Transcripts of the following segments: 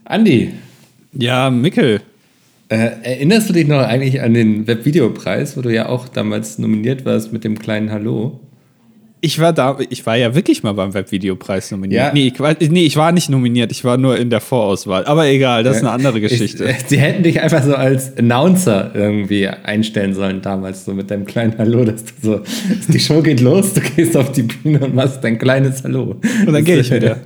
Andi, Ja, Mickel. erinnerst du dich noch eigentlich an den Webvideopreis, wo du ja auch damals nominiert warst mit dem kleinen Hallo? Ich war ja wirklich mal beim Webvideopreis nominiert. Ja. Ich war nicht nominiert, ich war nur in der Vorauswahl. Aber egal, das ist eine andere Geschichte. Sie hätten dich einfach so als Announcer irgendwie einstellen sollen damals, so mit deinem kleinen Hallo, dass die Show geht los, du gehst auf die Bühne und machst dein kleines Hallo. Und dann gehe ich wieder.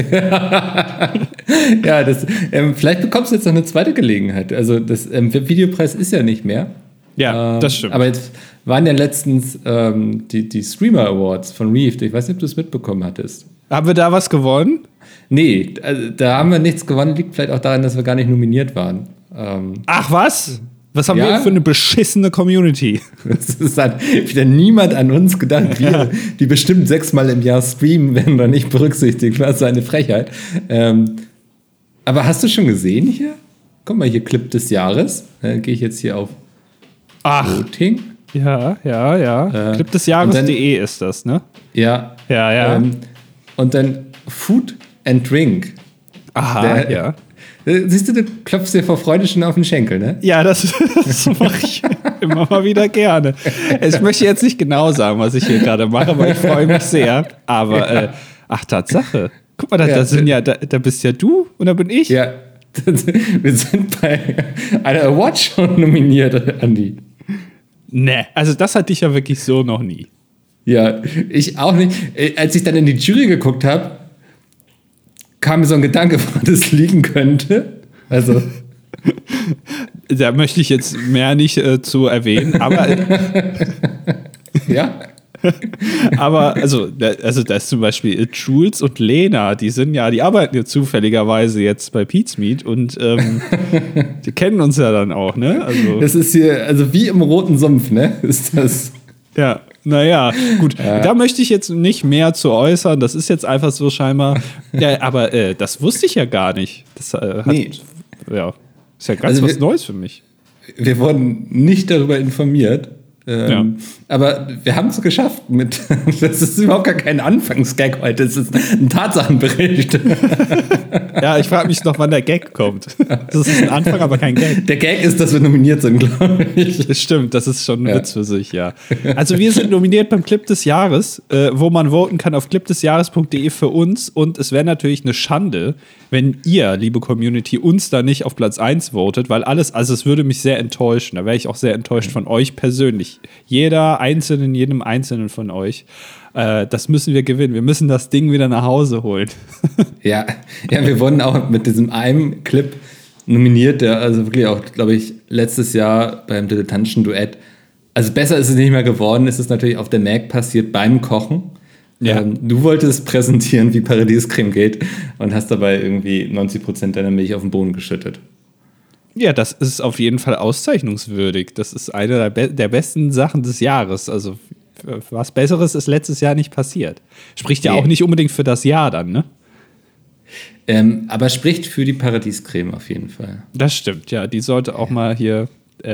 Ja, vielleicht bekommst du jetzt noch eine zweite Gelegenheit. Also das Webvideopreis ist ja nicht mehr. Ja, das stimmt. Aber jetzt waren ja letztens die Streamer Awards von Reef. Ich weiß nicht, ob du es mitbekommen hattest. Haben wir da was gewonnen? Nee, also, da haben wir nichts gewonnen. Liegt vielleicht auch daran, dass wir gar nicht nominiert waren. Ach was? Was haben Ja? wir für eine beschissene Community? Es hat wieder niemand an uns gedacht. Wir, die bestimmt 6-mal im Jahr streamen, werden da nicht berücksichtigt. Was für eine Frechheit. Aber hast du schon gesehen hier? Guck mal, hier Clip des Jahres. Gehe ich jetzt hier auf Voting. Ja. Clip des Jahres.de ist das, ne? Ja. Ja. Und dann Food and Drink. Aha, ja. Siehst du klopfst dir vor Freude schon auf den Schenkel, ne? Ja, das mache ich immer mal wieder gerne. Ich möchte jetzt nicht genau sagen, was ich hier gerade mache, aber ich freue mich sehr. Aber, Tatsache. Guck mal, da bist ja du und da bin ich. Ja, wir sind bei einer Awardshow nominiert, Andi. Ne, also das hatte ich ja wirklich so noch nie. Ja, ich auch nicht. Als ich dann in die Jury geguckt habe, kam mir so ein Gedanke, wo das liegen könnte. Also. Da möchte ich jetzt mehr nicht zu erwähnen, aber. Ja. Aber, da ist zum Beispiel Jules und Lena, die arbeiten ja zufälligerweise jetzt bei Pete's Meat und die kennen uns ja dann auch, ne? Also, das ist hier, also wie im roten Sumpf, ne? Ist das. Ja, naja, gut. Ja. Da möchte ich jetzt nicht mehr zu äußern. Das ist jetzt einfach so scheinbar. Ja, aber das wusste ich ja gar nicht. Das ist ja ganz was Neues für mich. Wir wurden nicht darüber informiert. Aber wir haben es geschafft. Das ist überhaupt gar kein Anfangsgag heute. Das ist ein Tatsachenbericht. Ja, ich frage mich noch, wann der Gag kommt. Das ist ein Anfang, aber kein Gag. Der Gag ist, dass wir nominiert sind, glaube ich. Das stimmt, das ist schon ein Witz für sich, ja. Also wir sind nominiert beim Clip des Jahres, wo man voten kann auf clipdesjahres.de für uns. Und es wäre natürlich eine Schande, wenn ihr, liebe Community, uns da nicht auf Platz 1 votet, weil es würde mich sehr enttäuschen. Da wäre ich auch sehr enttäuscht von euch persönlich. Jedem Einzelnen von euch. Das müssen wir gewinnen. Wir müssen das Ding wieder nach Hause holen. Ja, wir wurden auch mit diesem einen Clip nominiert, der also wirklich auch, glaube ich, letztes Jahr beim dilettantischen Duett. Also besser ist es nicht mehr geworden. Es ist natürlich auf der Mac passiert beim Kochen. Ja. Du wolltest präsentieren, wie Paradiescreme geht und hast dabei irgendwie 90% deiner Milch auf den Boden geschüttet. Ja, das ist auf jeden Fall auszeichnungswürdig. Das ist eine der besten Sachen des Jahres. Also was Besseres ist letztes Jahr nicht passiert. Spricht ja auch nicht unbedingt für das Jahr dann, ne? Aber spricht für die Paradiescreme auf jeden Fall. Das stimmt, ja. Die sollte auch mal hier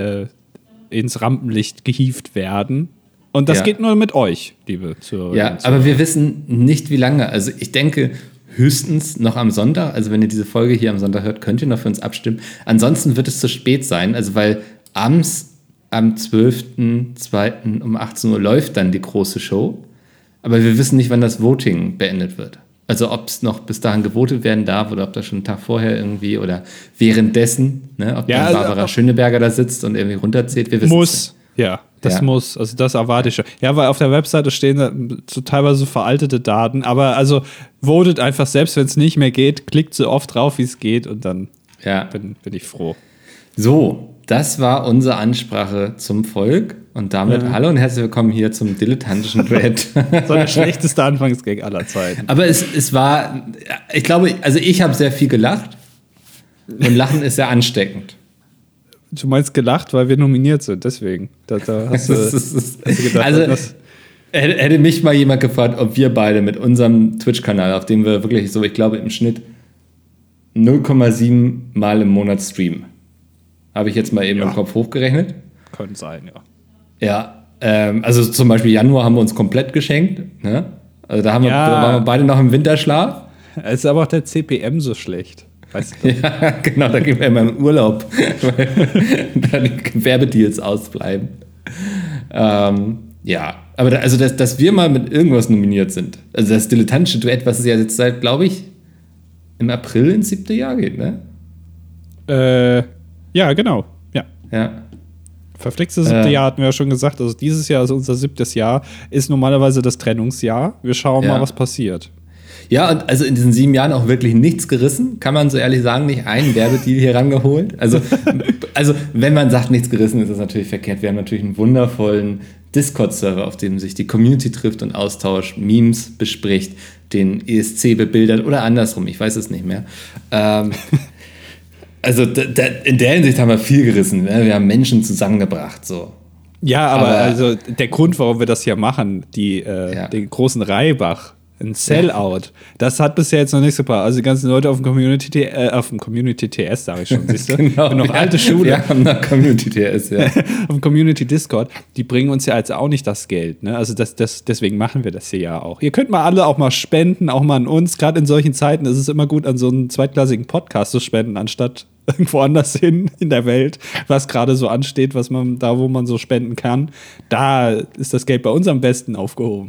ins Rampenlicht gehievt werden. Und das geht nur mit euch, liebe Zuhörer. Ja, aber wir wissen nicht, wie lange. Also ich denke, höchstens noch am Sonntag. Also wenn ihr diese Folge hier am Sonntag hört, könnt ihr noch für uns abstimmen. Ansonsten wird es zu spät sein. Also weil abends am 12.02. um 18 Uhr läuft dann die große Show. Aber wir wissen nicht, wann das Voting beendet wird. Also ob es noch bis dahin gewotet werden darf oder ob das schon einen Tag vorher irgendwie oder währenddessen, ne, ob dann Barbara Schöneberger da sitzt und irgendwie runterzählt. Wir wissen es nicht. Ja, das muss. Also das erwarte ich schon. Ja, weil auf der Webseite stehen so teilweise veraltete Daten. Aber also votet einfach, selbst wenn es nicht mehr geht, klickt so oft drauf, wie es geht und dann bin ich froh. So, das war unsere Ansprache zum Volk. Und damit hallo und herzlich willkommen hier zum dilettantischen Duett. So der schlechteste Anfangsgag aller Zeiten. Aber es war, ich glaube, also ich habe sehr viel gelacht. Und Lachen ist sehr ansteckend. Du meinst gelacht, weil wir nominiert sind, deswegen. Da hast du gedacht, also, hätte mich mal jemand gefragt, ob wir beide mit unserem Twitch-Kanal, auf dem wir wirklich so, ich glaube, im Schnitt 0,7 Mal im Monat streamen. Habe ich jetzt mal eben im Kopf hochgerechnet. Könnte sein, ja. Ja, also zum Beispiel Januar haben wir uns komplett geschenkt. Ne? Also da waren wir beide noch im Winterschlaf. Es ist aber auch der CPM so schlecht. Weißt du? Ja, genau, da gehen wir immer in Urlaub, weil da die Werbedeals ausbleiben. Ja, aber dass wir mal mit irgendwas nominiert sind. Also das dilettantische Duett, was es ja jetzt seit, glaube ich, im April ins 7. Jahr geht, ne? Ja, genau. Ja. Verflixte 7. Jahr hatten wir ja schon gesagt. Also dieses Jahr ist unser 7. Jahr, ist normalerweise das Trennungsjahr. Wir schauen mal, was passiert. Ja, und also in diesen 7 Jahren auch wirklich nichts gerissen, kann man so ehrlich sagen, nicht einen Werbedeal hier rangeholt. Also wenn man sagt, nichts gerissen, ist das natürlich verkehrt. Wir haben natürlich einen wundervollen Discord-Server, auf dem sich die Community trifft und austauscht, Memes bespricht, den ESC bebildert oder andersrum, ich weiß es nicht mehr. Also in der Hinsicht haben wir viel gerissen. Ne? Wir haben Menschen zusammengebracht, so. Ja, aber also der Grund, warum wir das hier machen, den großen Reibach, ein Sellout, das hat bisher jetzt noch nicht so paar. Also die ganzen Leute auf dem Community TS, sage ich schon, siehst du? Genau, noch alte Schule. Wir haben noch Community TS, ja. Auf dem Community Discord, die bringen uns ja jetzt auch nicht das Geld. Ne? Also deswegen machen wir das hier ja auch. Ihr könnt mal alle auch mal spenden, auch mal an uns. Gerade in solchen Zeiten ist es immer gut, an so einen zweitklassigen Podcast zu spenden, anstatt irgendwo anders hin in der Welt, was gerade so ansteht, wo man so spenden kann. Da ist das Geld bei uns am besten aufgehoben.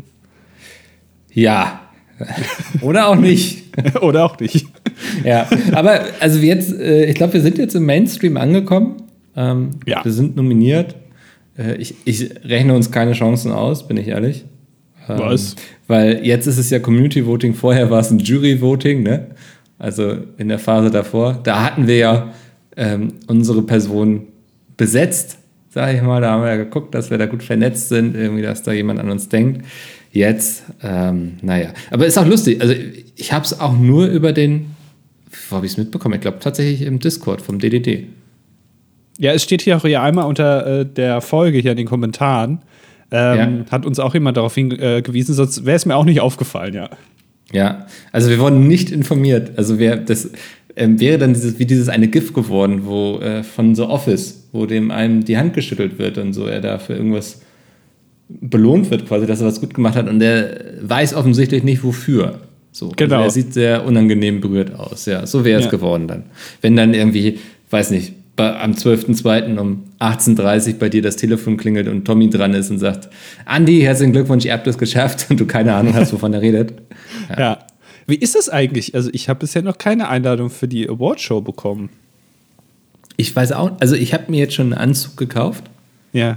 Ja. Oder auch nicht. Oder auch nicht. Ja, aber also jetzt, ich glaube, wir sind jetzt im Mainstream angekommen. Wir sind nominiert. Ich rechne uns keine Chancen aus, bin ich ehrlich. Was? Weil jetzt ist es ja Community Voting, vorher war es ein Jury Voting, ne? Also in der Phase davor. Da hatten wir ja unsere Person besetzt, sage ich mal. Da haben wir ja geguckt, dass wir da gut vernetzt sind, irgendwie, dass da jemand an uns denkt. Jetzt, naja. Aber ist auch lustig. Also ich habe es auch nur über wo habe ich es mitbekommen? Ich glaube tatsächlich im Discord vom DDD. Ja, es steht hier auch einmal unter der Folge hier in den Kommentaren. Hat uns auch jemand darauf hingewiesen, sonst wäre es mir auch nicht aufgefallen, ja. Ja, also wir wurden nicht informiert. Also wäre dann dieses eine GIF geworden, wo von The Office, wo einem die Hand geschüttelt wird und so er da für irgendwas belohnt wird quasi, dass er was gut gemacht hat und der weiß offensichtlich nicht wofür. So. Genau. Also er sieht sehr unangenehm berührt aus. Ja, so wäre es geworden dann. Wenn dann irgendwie, weiß nicht, am 12.02. um 18.30 Uhr bei dir das Telefon klingelt und Tommy dran ist und sagt, Andi, herzlichen Glückwunsch, ihr habt es geschafft und du keine Ahnung hast, wovon er redet. Ja. Wie ist das eigentlich? Also ich habe bisher noch keine Einladung für die Awardshow bekommen. Ich weiß auch, also ich habe mir jetzt schon einen Anzug gekauft. Ja.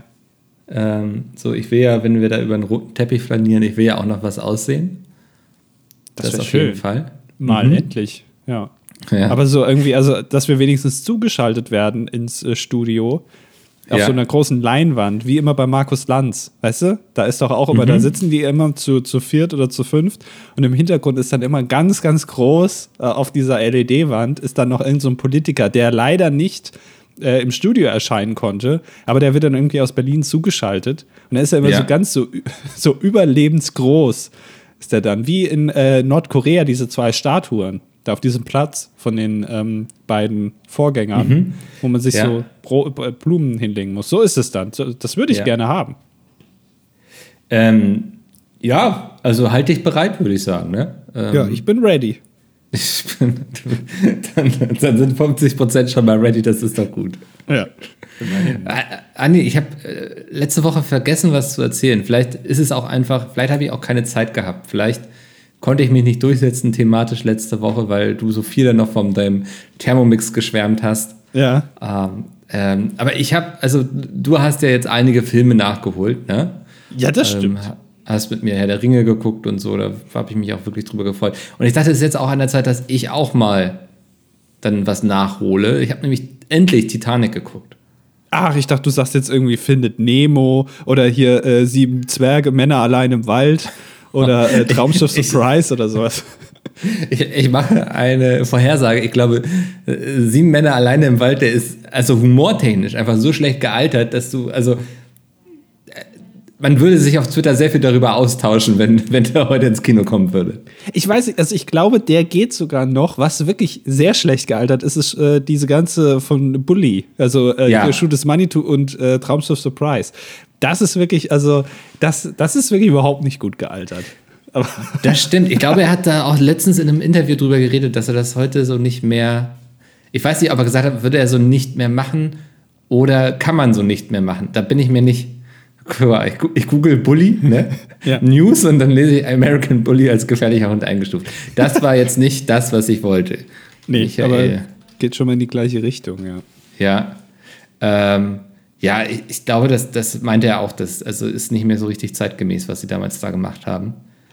Ich will ja, wenn wir da über einen roten Teppich flanieren, ich will ja auch noch was aussehen. Das auf schön. jeden Fall. Mal endlich, ja. Aber so irgendwie, also, dass wir wenigstens zugeschaltet werden ins Studio auf so einer großen Leinwand, wie immer bei Markus Lanz, weißt du? Da ist doch auch immer, da sitzen die immer zu viert oder zu fünft und im Hintergrund ist dann immer ganz, ganz groß auf dieser LED-Wand ist dann noch irgend so ein Politiker, der leider nicht im Studio erscheinen konnte, aber der wird dann irgendwie aus Berlin zugeschaltet und er ist ja immer so ganz so überlebensgroß ist der dann, wie in Nordkorea diese 2 Statuen, da auf diesem Platz von den beiden Vorgängern, wo man sich so Blumen hinlegen muss. So ist es dann. Das würde ich gerne haben. Ja, also halt dich bereit, würde ich sagen. Ne? Ja, ich bin ready. Dann sind 50% schon mal ready, das ist doch gut. Ja. Andi, ich habe letzte Woche vergessen, was zu erzählen. Vielleicht ist es auch einfach, vielleicht habe ich auch keine Zeit gehabt. Vielleicht konnte ich mich nicht durchsetzen thematisch letzte Woche, weil du so viel dann noch von deinem Thermomix geschwärmt hast. Ja. Aber du hast ja jetzt einige Filme nachgeholt, ne? Ja, das stimmt. Hast mit mir Herr der Ringe geguckt und so, da habe ich mich auch wirklich drüber gefreut. Und ich dachte, es ist jetzt auch an der Zeit, dass ich auch mal dann was nachhole. Ich habe nämlich endlich Titanic geguckt. Ach, ich dachte, du sagst jetzt irgendwie Findet Nemo oder hier 7 Zwerge, Männer allein im Wald oder Traumschiff Surprise oder sowas. Ich mache eine Vorhersage. Ich glaube, 7 Männer alleine im Wald, der ist also humortechnisch einfach so schlecht gealtert, dass man würde sich auf Twitter sehr viel darüber austauschen, wenn der heute ins Kino kommen würde. Ich weiß nicht, also ich glaube, der geht sogar noch. Was wirklich sehr schlecht gealtert ist, ist diese ganze von Bully. Also Shoot is Money to und Traumschiff Surprise. Das ist wirklich, also das ist wirklich überhaupt nicht gut gealtert. Aber das stimmt. Ich glaube, er hat da auch letztens in einem Interview drüber geredet, dass er das heute so nicht mehr Ich weiß nicht, ob er gesagt hat, würde er so nicht mehr machen oder kann man so nicht mehr machen. Da bin ich mir nicht. Ich google Bully, ne? Ja. News und dann lese ich American Bully als gefährlicher Hund eingestuft. Das war jetzt nicht das, was ich wollte. Nee, Michael. aber geht schon mal in die gleiche Richtung, ja. Ja. Ich glaube, das meinte er auch. Also ist nicht mehr so richtig zeitgemäß, was sie damals da gemacht haben.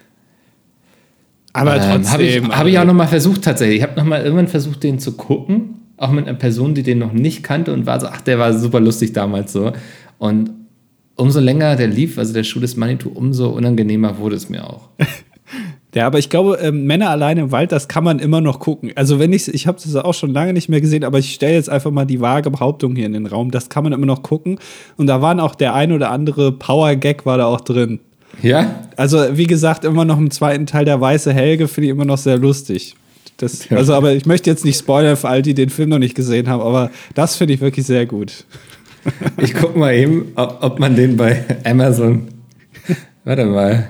Aber trotzdem. Habe ich auch noch mal versucht tatsächlich. Ich habe noch mal irgendwann versucht, den zu gucken. Auch mit einer Person, die den noch nicht kannte und war so, der war super lustig damals so. Und umso länger der lief, also der Schuh des Manitou, umso unangenehmer wurde es mir auch. Ja, aber ich glaube, Männer alleine im Wald, das kann man immer noch gucken. Also ich habe das auch schon lange nicht mehr gesehen, aber ich stelle jetzt einfach mal die vage Behauptung hier in den Raum, das kann man immer noch gucken. Und da waren auch der ein oder andere Power-Gag war da auch drin. Ja? Also, wie gesagt, immer noch im zweiten Teil der weiße Helge finde ich immer noch sehr lustig. Also, aber ich möchte jetzt nicht spoilern für all die den Film noch nicht gesehen haben, aber das finde ich wirklich sehr gut. Ich gucke mal eben, ob man den bei Amazon. Warte mal.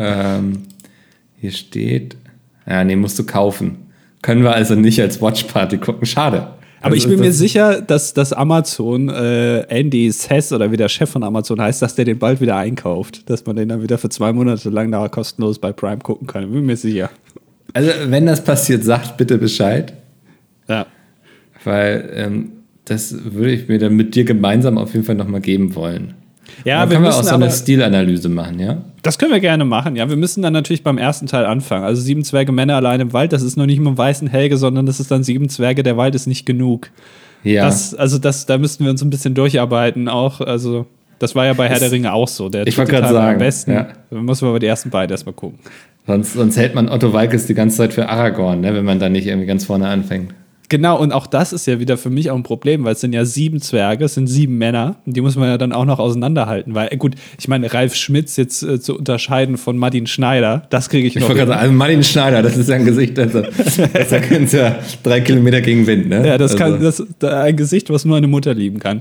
Hier steht. Ja, nee, musst du kaufen. Können wir also nicht als Watchparty gucken. Schade. Aber also ich bin mir sicher, dass Amazon, Andy Sess oder wie der Chef von Amazon heißt, dass der den bald wieder einkauft. Dass man den dann wieder für 2 Monate lang da kostenlos bei Prime gucken kann. Bin mir sicher. Also, wenn das passiert, sagt bitte Bescheid. Ja. Weil das würde ich mir dann mit dir gemeinsam auf jeden Fall nochmal geben wollen. Ja, dann können wir auch so eine Stilanalyse machen, ja? Das können wir gerne machen, ja. Wir müssen dann natürlich beim ersten Teil anfangen. Also 7 Zwerge, Männer allein im Wald, das ist noch nicht mal weißen Helge, sondern das ist dann 7 Zwerge, der Wald ist nicht genug. Ja. Da müssten wir uns ein bisschen durcharbeiten auch. Also, das war ja bei Herr der Ringe auch so. Ich wollte gerade sagen, am besten. Ja. Da müssen wir aber die ersten beiden erstmal gucken. Sonst hält man Otto Walkes die ganze Zeit für Aragorn, ne, wenn man da nicht irgendwie ganz vorne anfängt. Genau, und auch das ist ja wieder für mich auch ein Problem, weil es sind ja 7 Zwerge, es sind 7 Männer, und die muss man ja dann auch noch auseinanderhalten, weil, gut, ich meine, Ralf Schmitz jetzt zu unterscheiden von Martin Schneider, das kriege ich noch. Ich wollte gerade sagen, also Martin Schneider, das ist ja ein Gesicht, da können sie ja 3 Kilometer gegen Wind, ne? Ja, das ist ein Gesicht, was nur eine Mutter lieben kann.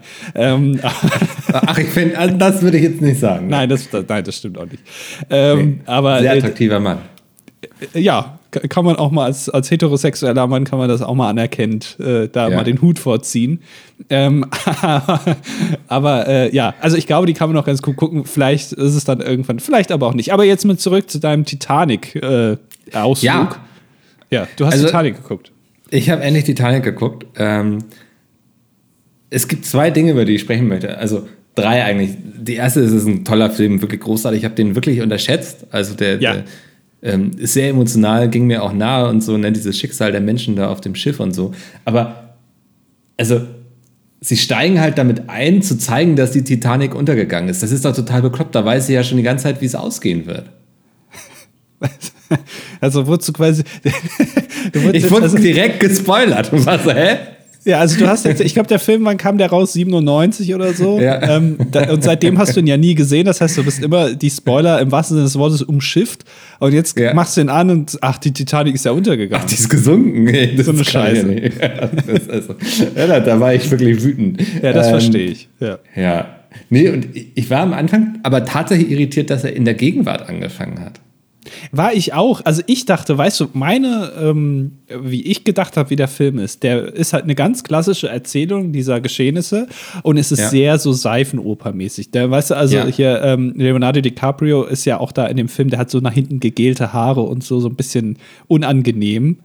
Ach, ich finde, also das würde ich jetzt nicht sagen. Nein, das stimmt auch nicht. Nee, aber sehr attraktiver Mann. Ja, kann man auch mal als heterosexueller Mann kann man das auch mal anerkennt, mal den Hut vorziehen. Aber also ich glaube, die kann man noch ganz gut gucken. Vielleicht ist es dann irgendwann, vielleicht aber auch nicht. Aber jetzt mal zurück zu deinem Titanic-Ausflug. Ja, du hast Titanic geguckt. Ich habe endlich Titanic geguckt. Es gibt 2 Dinge, über die ich sprechen möchte. Also 3 eigentlich. Die erste ist, es ist ein toller Film, wirklich großartig. Ich habe den wirklich unterschätzt. Also der ist sehr emotional, ging mir auch nahe und so, ne, dieses Schicksal der Menschen da auf dem Schiff und so. Aber, also, sie steigen halt damit ein, zu zeigen, dass die Titanic untergegangen ist. Das ist doch total bekloppt. Da weiß sie ja schon die ganze Zeit, wie es ausgehen wird. Also, wurdest du quasi. Ich wurde direkt gespoilert und war so, hä? Ja, also du hast jetzt, ich glaube, der Film, wann kam der raus? 97 oder so? Ja. Und seitdem hast du ihn ja nie gesehen. Das heißt, du bist immer die Spoiler im wahrsten Sinne des Wortes umschifft. Und jetzt machst du ihn an und die Titanic ist ja untergegangen. Ach, die ist gesunken. Ey, das so eine Scheiße. Da war ich wirklich wütend. Ja, das verstehe ich. Ja. Nee, und ich war am Anfang aber tatsächlich irritiert, dass er in der Gegenwart angefangen hat. War ich auch. Also ich dachte, weißt du, wie ich gedacht habe, wie der Film ist, der ist halt eine ganz klassische Erzählung dieser Geschehnisse und es ist sehr so Seifenopermäßig. Der, weißt du, also hier Leonardo DiCaprio ist ja auch da in dem Film, der hat so nach hinten gegelte Haare und so ein bisschen unangenehm.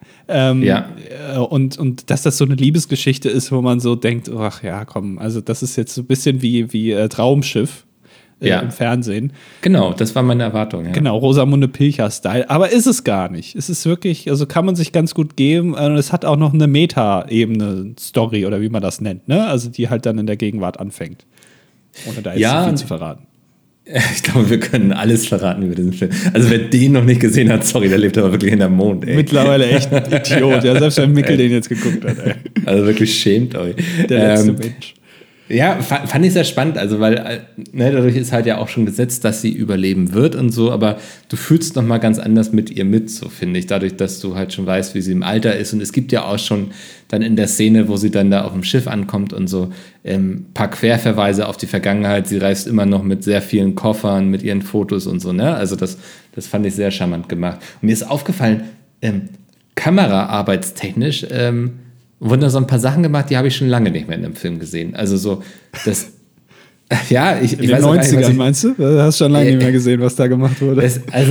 Und dass das so eine Liebesgeschichte ist, wo man so denkt, ach ja, komm, also das ist jetzt so ein bisschen wie Traumschiff. Im Fernsehen. Genau, das war meine Erwartung. Ja. Genau, Rosamunde Pilcher-Style. Aber ist es gar nicht. Es ist wirklich, also kann man sich ganz gut geben. Und es hat auch noch eine Meta-Ebene, Story oder wie man das nennt, ne? Also die halt dann in der Gegenwart anfängt. Ohne da jetzt viel zu verraten. Ich glaube, wir können alles verraten über diesen Film. Also wer den noch nicht gesehen hat, sorry, der lebt aber wirklich in der Mond, ey. Mittlerweile echt ein Idiot. Ja, selbst wenn Mickel den jetzt geguckt hat, ey. Also wirklich schämt euch. Der letzte Mensch. Ja, fand ich sehr spannend, also weil dadurch ist halt ja auch schon gesetzt, dass sie überleben wird und so, aber du fühlst noch mal ganz anders mit ihr mit, so finde ich, dadurch, dass du halt schon weißt, wie sie im Alter ist und es gibt ja auch schon dann in der Szene, wo sie dann da auf dem Schiff ankommt und so, paar Querverweise auf die Vergangenheit, sie reist immer noch mit sehr vielen Koffern, mit ihren Fotos und so, ne, also das fand ich sehr charmant gemacht. Und mir ist aufgefallen, kameraarbeitstechnisch, wurden da so ein paar Sachen gemacht, die habe ich schon lange nicht mehr in einem Film gesehen. Also so, das, ja, ich In den weiß auch gar nicht, 90ern, meinst du? Du hast schon lange nicht mehr gesehen, was da gemacht wurde.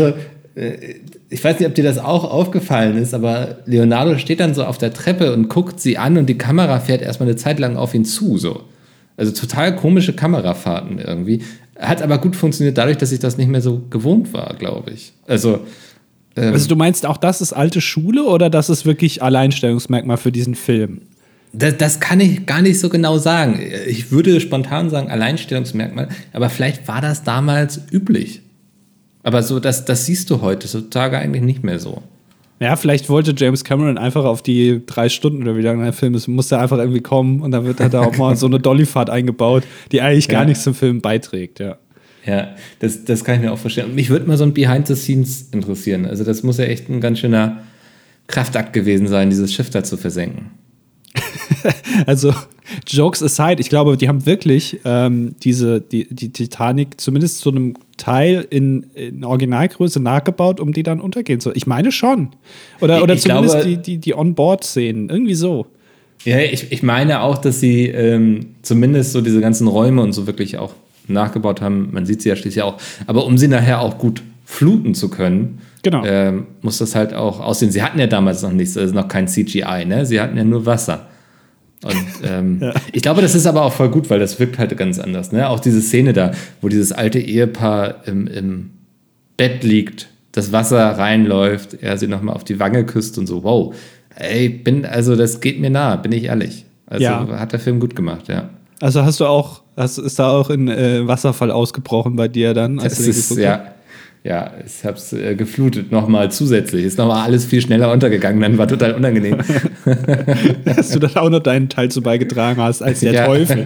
Ich weiß nicht, ob dir das auch aufgefallen ist, aber Leonardo steht dann so auf der Treppe und guckt sie an und die Kamera fährt erstmal eine Zeit lang auf ihn zu, so. Also total komische Kamerafahrten irgendwie. Hat aber gut funktioniert dadurch, dass ich das nicht mehr so gewohnt war, glaube ich. Also du meinst auch, das ist alte Schule oder das ist wirklich Alleinstellungsmerkmal für diesen Film? Das kann ich gar nicht so genau sagen. Ich würde spontan sagen Alleinstellungsmerkmal, aber vielleicht war das damals üblich. Aber so, das siehst du heutzutage eigentlich nicht mehr so. Ja, vielleicht wollte James Cameron einfach auf die 3 Stunden oder wie lange der Film ist, musste einfach irgendwie kommen und dann hat er auch mal so eine Dollyfahrt eingebaut, die eigentlich gar nichts zum Film beiträgt, ja. Ja, das kann ich mir auch vorstellen. Und mich würde mal so ein Behind the Scenes interessieren. Also das muss ja echt ein ganz schöner Kraftakt gewesen sein, dieses Schiff da zu versenken. Also, Jokes aside, ich glaube, die haben wirklich die Titanic zumindest zu einem Teil in Originalgröße nachgebaut, um die dann untergehen zu. Ich meine schon. Oder ich zumindest glaube, die On-Board-Szenen. Irgendwie so. Ja, ich meine auch, dass sie zumindest so diese ganzen Räume und so wirklich auch nachgebaut haben. Man sieht sie ja schließlich auch. Aber um sie nachher auch gut fluten zu können, genau. Muss das halt auch aussehen. Sie hatten ja damals noch nichts, also noch kein CGI, ne? Sie hatten ja nur Wasser. Und ich glaube, das ist aber auch voll gut, weil das wirkt halt ganz anders. Ne? Auch diese Szene da, wo dieses alte Ehepaar im Bett liegt, das Wasser reinläuft, er sie nochmal auf die Wange küsst und so, wow. Ey, das geht mir nahe, bin ich ehrlich. Also hat der Film gut gemacht, ja. Also ist da auch ein Wasserfall ausgebrochen bei dir dann? Als das ist, ja, ich hab's geflutet nochmal zusätzlich. Ist nochmal alles viel schneller untergegangen, dann war total unangenehm. Dass du dann auch noch deinen Teil zu beigetragen hast als der Teufel.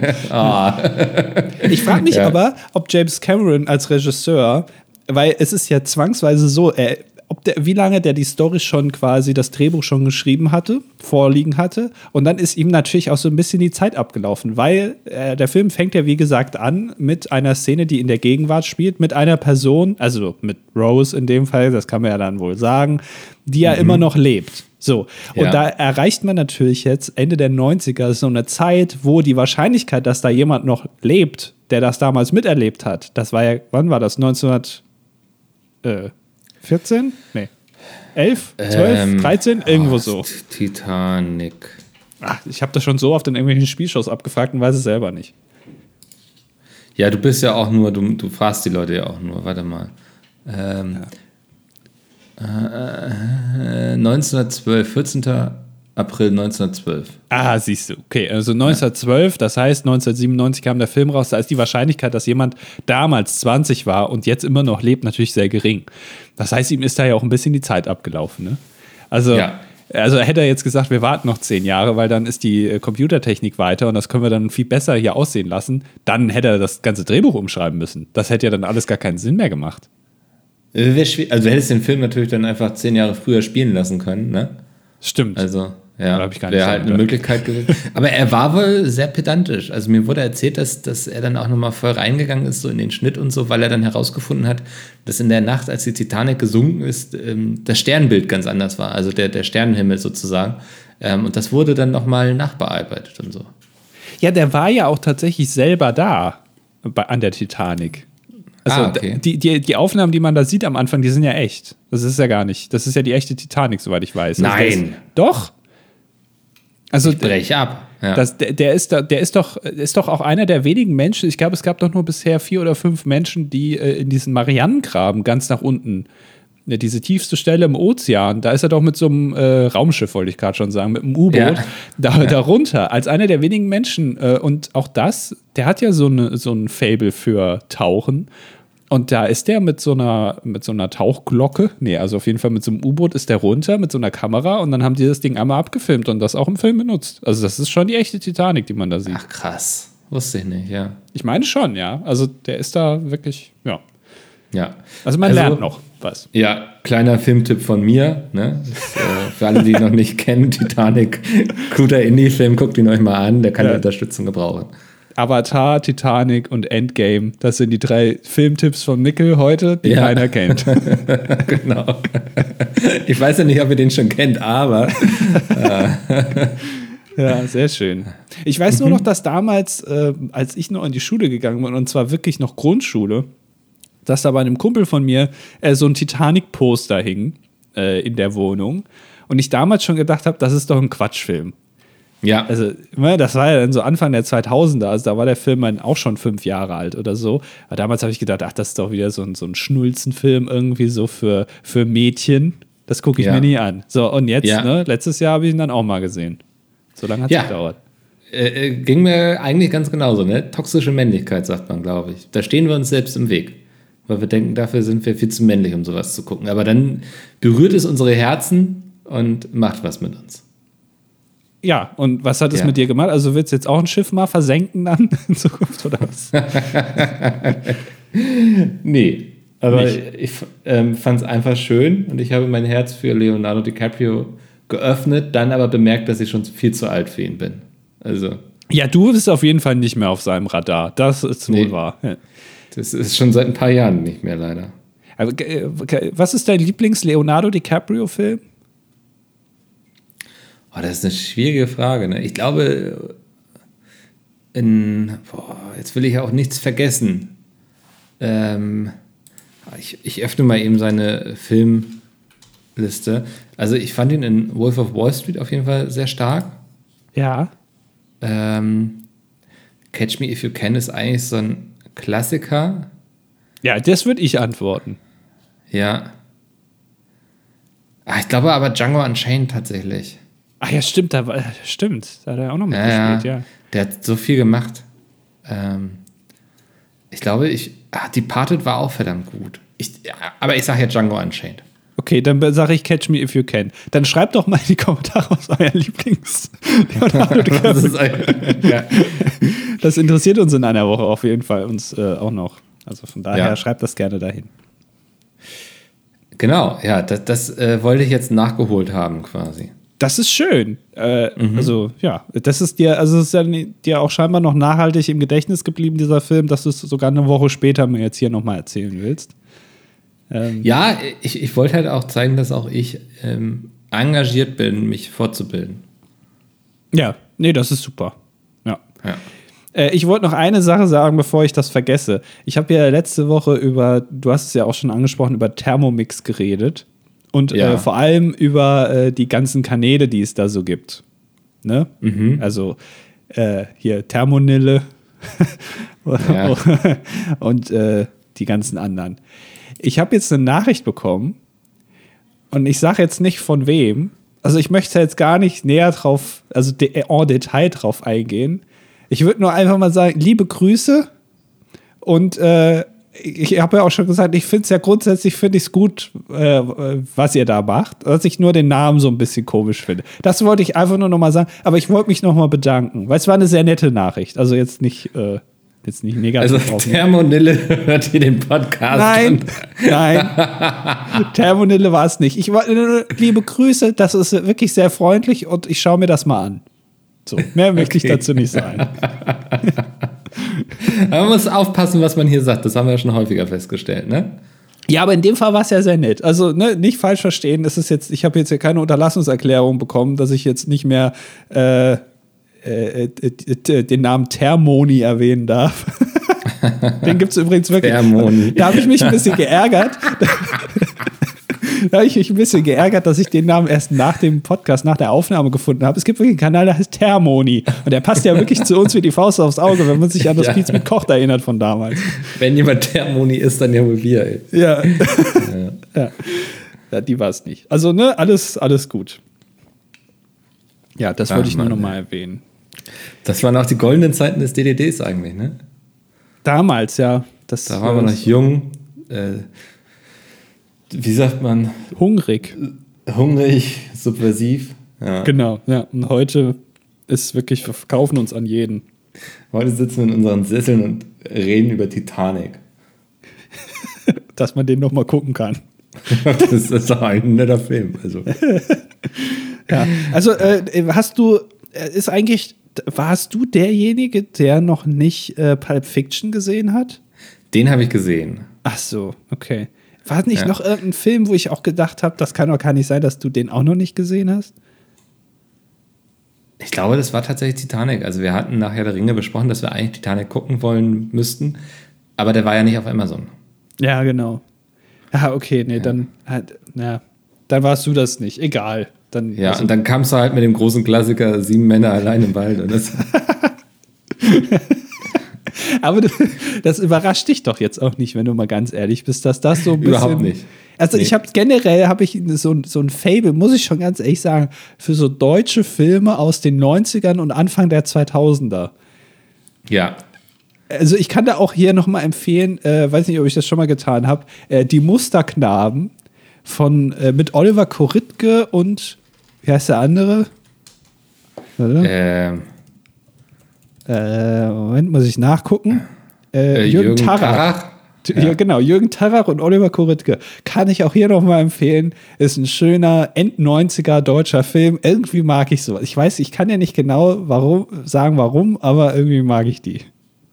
Ich frage mich aber, ob James Cameron als Regisseur, weil es ist ja zwangsweise so, wie lange der die Story schon quasi, das Drehbuch schon geschrieben hatte, vorliegen hatte. Und dann ist ihm natürlich auch so ein bisschen die Zeit abgelaufen, weil der Film fängt ja, wie gesagt, an mit einer Szene, die in der Gegenwart spielt, mit einer Person, also mit Rose in dem Fall, das kann man ja dann wohl sagen, die ja immer noch lebt. So, und da erreicht man natürlich jetzt Ende der 90er so eine Zeit, wo die Wahrscheinlichkeit, dass da jemand noch lebt, der das damals miterlebt hat, das war ja, wann war das? 1914? Nee. 11? 12? 13? Irgendwo so. Titanic. Ach, ich habe das schon so oft in irgendwelchen Spielshows abgefragt und weiß es selber nicht. Ja, du bist ja auch nur, du fragst die Leute ja auch nur. Warte mal. 1912, 14. April 1912. Ah, siehst du. Okay, also 1912, das heißt 1997 kam der Film raus. Da ist die Wahrscheinlichkeit, dass jemand damals 20 war und jetzt immer noch lebt, natürlich sehr gering. Das heißt, ihm ist da ja auch ein bisschen die Zeit abgelaufen. Ne? Also hätte er jetzt gesagt, wir warten noch 10 Jahre, weil dann ist die Computertechnik weiter und das können wir dann viel besser hier aussehen lassen, dann hätte er das ganze Drehbuch umschreiben müssen. Das hätte ja dann alles gar keinen Sinn mehr gemacht. Also du hättest den Film natürlich dann einfach 10 Jahre früher spielen lassen können, ne? Stimmt. Also, ja, wäre halt eine Möglichkeit gewesen. Aber er war wohl sehr pedantisch. Also mir wurde erzählt, dass er dann auch nochmal voll reingegangen ist, so in den Schnitt und so, weil er dann herausgefunden hat, dass in der Nacht, als die Titanic gesunken ist, das Sternbild ganz anders war. Also der Sternenhimmel sozusagen. Und das wurde dann nochmal nachbearbeitet und so. Ja, der war ja auch tatsächlich selber da an der Titanic. Also okay. Die Aufnahmen, die man da sieht am Anfang, die sind ja echt. Das ist ja gar nicht. Das ist ja die echte Titanic, soweit ich weiß. Nein. Doch. Also ich brech ab. Ja. Der ist doch auch einer der wenigen Menschen, ich glaube, es gab doch nur bisher 4 oder 5 Menschen, die in diesen Marianengraben ganz nach unten, diese tiefste Stelle im Ozean, da ist er doch mit so einem Raumschiff, wollte ich gerade schon sagen, mit einem U-Boot, darunter, als einer der wenigen Menschen. Und auch der hat ja so ein Faible für Tauchen. Und da ist der mit so einer Tauchglocke, also auf jeden Fall mit so einem U-Boot ist der runter mit so einer Kamera und dann haben die das Ding einmal abgefilmt und das auch im Film benutzt. Also das ist schon die echte Titanic, die man da sieht. Ach krass, wusste ich nicht, ja. Ich meine schon, ja. Also der ist da wirklich, ja. Also man lernt noch was. Ja, kleiner Filmtipp von mir, ne? Für alle, die ihn noch nicht kennen, Titanic, guter Indie-Film, guckt ihn euch mal an, der kann Unterstützung gebrauchen. Avatar, Titanic und Endgame, das sind die 3 Filmtipps von Nickel heute, die keiner kennt. Genau. Ich weiß ja nicht, ob ihr den schon kennt, aber Ja, sehr schön. Ich weiß nur noch, dass damals, als ich noch in die Schule gegangen bin, und zwar wirklich noch Grundschule, dass da bei einem Kumpel von mir so ein Titanic-Poster hing in der Wohnung. Und ich damals schon gedacht habe, das ist doch ein Quatschfilm. Ja. Also, das war ja dann so Anfang der 2000er, also da war der Film dann auch schon 5 Jahre alt oder so. Aber damals habe ich gedacht, ach, das ist doch wieder so ein Schnulzenfilm irgendwie so für Mädchen. Das gucke ich mir nie an. So, und jetzt, letztes Jahr habe ich ihn dann auch mal gesehen. So lange hat es gedauert. Ging mir eigentlich ganz genauso, ne? Toxische Männlichkeit, sagt man, glaube ich. Da stehen wir uns selbst im Weg. Weil wir denken, dafür sind wir viel zu männlich, um sowas zu gucken. Aber dann berührt es unsere Herzen und macht was mit uns. Ja, und was hat es mit dir gemacht? Also willst du jetzt auch ein Schiff mal versenken dann in Zukunft oder was? Nee, aber ich fand es einfach schön und ich habe mein Herz für Leonardo DiCaprio geöffnet, dann aber bemerkt, dass ich schon viel zu alt für ihn bin. Also. Ja, du bist auf jeden Fall nicht mehr auf seinem Radar. Das ist wohl wahr. Ja. Das ist schon seit ein paar Jahren nicht mehr, leider. Aber, was ist dein Lieblings-Leonardo DiCaprio-Film? Oh, das ist eine schwierige Frage. Ne? Ich glaube, jetzt will ich auch nichts vergessen. Ich öffne mal eben seine Filmliste. Also ich fand ihn in Wolf of Wall Street auf jeden Fall sehr stark. Ja. Catch Me If You Can ist eigentlich so ein Klassiker. Ja, das würde ich antworten. Ja. Ich glaube aber Django Unchained tatsächlich. Ach ja, stimmt, da hat er auch noch mitgespielt, ja. Der hat so viel gemacht. Ich glaube, Departed war auch verdammt gut. Aber ich sage ja Django Unchained. Okay, dann sage ich Catch Me If You Can. Dann schreibt doch mal in die Kommentare, was euer Lieblings-Leonardo DiCaprio ist. Das interessiert uns in einer Woche auf jeden Fall uns auch noch. Also von daher schreibt das gerne dahin. Genau, ja, das wollte ich jetzt nachgeholt haben quasi. Das ist schön. Also, ja, das ist dir dir auch scheinbar noch nachhaltig im Gedächtnis geblieben, dieser Film, dass du es sogar eine Woche später mir jetzt hier nochmal erzählen willst. Ja, ich wollte halt auch zeigen, dass auch ich engagiert bin, mich fortzubilden. Ja, nee, das ist super. Ja. Ich wollte noch eine Sache sagen, bevor ich das vergesse. Ich habe ja letzte Woche du hast es ja auch schon angesprochen, über Thermomix geredet. Und vor allem über die ganzen Kanäle, die es da so gibt. Ne? Mhm. Also hier Thermonille und die ganzen anderen. Ich habe jetzt eine Nachricht bekommen und ich sage jetzt nicht von wem. Also ich möchte jetzt gar nicht näher drauf, also en Detail drauf eingehen. Ich würde nur einfach mal sagen, liebe Grüße und ich habe ja auch schon gesagt, ich finde es ja grundsätzlich gut, was ihr da macht, dass ich nur den Namen so ein bisschen komisch finde. Das wollte ich einfach nur noch mal sagen, aber ich wollte mich noch mal bedanken, weil es war eine sehr nette Nachricht, also jetzt nicht negativ. Also Thermonille hört ihr den Podcast Nein, Thermonille war es nicht. Ich wollte liebe Grüße, das ist wirklich sehr freundlich und ich schaue mir das mal an. So, mehr möchte ich dazu nicht sagen. Aber man muss aufpassen, was man hier sagt. Das haben wir ja schon häufiger festgestellt, ne? Ja, aber in dem Fall war es ja sehr nett. Also, ne, nicht falsch verstehen. Ich habe jetzt hier keine Unterlassungserklärung bekommen, dass ich jetzt nicht mehr den Namen Thermoni erwähnen darf. Den gibt es übrigens wirklich. Thermoni. Da habe ich mich ein bisschen geärgert. Dass ich den Namen erst nach dem Podcast, nach der Aufnahme gefunden habe. Es gibt wirklich einen Kanal, der heißt Thermoni. Und der passt ja wirklich zu uns wie die Faust aufs Auge, wenn man sich an das Pietz mit Kocht erinnert von damals. Wenn jemand Thermoni ist, dann ja wohl wir. Ey. Ja, die war es nicht. Also, ne, alles gut. Ja, das wollte ich nur noch mal erwähnen. Das waren auch die goldenen Zeiten des DDDs eigentlich, ne? Damals, ja. Da waren wir noch jung. Wie sagt man? Hungrig, subversiv. Ja. Genau, ja. Und heute ist wirklich, wir verkaufen uns an jeden. Heute sitzen wir in unseren Sesseln und reden über Titanic. Dass man den noch mal gucken kann. Das ist doch ein netter Film. Warst du derjenige, der noch nicht Pulp Fiction gesehen hat? Den habe ich gesehen. Ach so, okay. War nicht noch irgendein Film, wo ich auch gedacht habe, das kann doch gar nicht sein, dass du den auch noch nicht gesehen hast? Ich glaube, das war tatsächlich Titanic. Also wir hatten nach Herr der Ringe besprochen, dass wir eigentlich Titanic gucken wollen müssten. Aber der war ja nicht auf Amazon. Ja, genau. Ah, okay, nee, dann warst du das nicht. Egal. Dann, ja, und dann kamst du halt mit dem großen Klassiker 7 Männer allein im Wald. Und das aber das überrascht dich doch jetzt auch nicht, wenn du mal ganz ehrlich bist, dass das so ein bisschen. Überhaupt nicht. Also Nee. ich habe so ein Faible, muss ich schon ganz ehrlich sagen, für so deutsche Filme aus den 90ern und Anfang der 2000er. Ja. Also ich kann da auch hier noch mal empfehlen, weiß nicht, ob ich das schon mal getan habe, die Musterknaben mit Oliver Koritke und wie heißt der andere? Warte. Moment, muss ich nachgucken. Jürgen Tarrach. Ja, genau, Jürgen Tarrach und Oliver Koritke. Kann ich auch hier noch mal empfehlen. Ist ein schöner End-90er deutscher Film. Irgendwie mag ich sowas. Ich weiß, ich kann ja nicht genau sagen, warum, aber irgendwie mag ich die.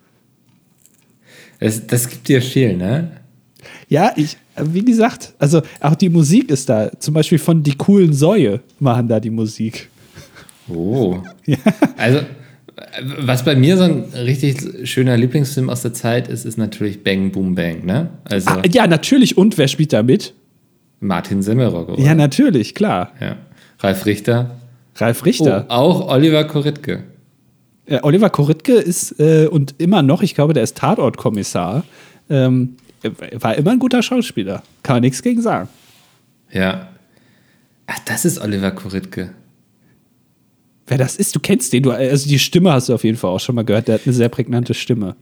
Das gibt dir viel, ne? Ja, wie gesagt, also auch die Musik ist da. Zum Beispiel von Die coolen Säue machen da die Musik. Oh. Ja. Also, was bei mir so ein richtig schöner Lieblingsfilm aus der Zeit ist natürlich Bang Boom Bang, ne? Also ja, natürlich. Und wer spielt da mit? Martin Semmelrogge, oder? Ja, natürlich, klar. Ja. Ralf Richter. Oh, auch Oliver Koritke. Oliver Koritke ist und immer noch, ich glaube, der ist Tatortkommissar, war immer ein guter Schauspieler. Kann man nichts gegen sagen. Ja. Ach, das ist Oliver Koritke. Wer das ist, du kennst den. Also die Stimme hast du auf jeden Fall auch schon mal gehört. Der hat eine sehr prägnante Stimme.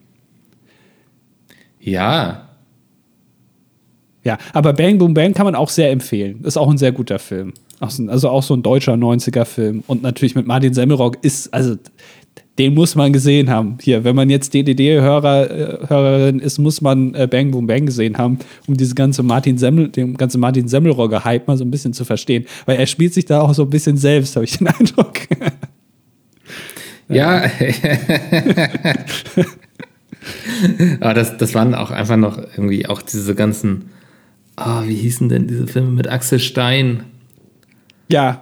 Ja. Ja, aber Bang Boom Bang kann man auch sehr empfehlen. Ist auch ein sehr guter Film. Also auch so ein deutscher 90er-Film. Und natürlich mit Martin Semmelrogge den muss man gesehen haben. Hier, wenn man jetzt DDD-Hörerin ist, muss man Bang Boom Bang gesehen haben, um den ganzen Martin Semmelrogge-Hype mal so ein bisschen zu verstehen. Weil er spielt sich da auch so ein bisschen selbst, habe ich den Eindruck. Ja. Aber das waren auch einfach noch irgendwie auch diese ganzen, wie hießen denn diese Filme mit Axel Stein? Ja.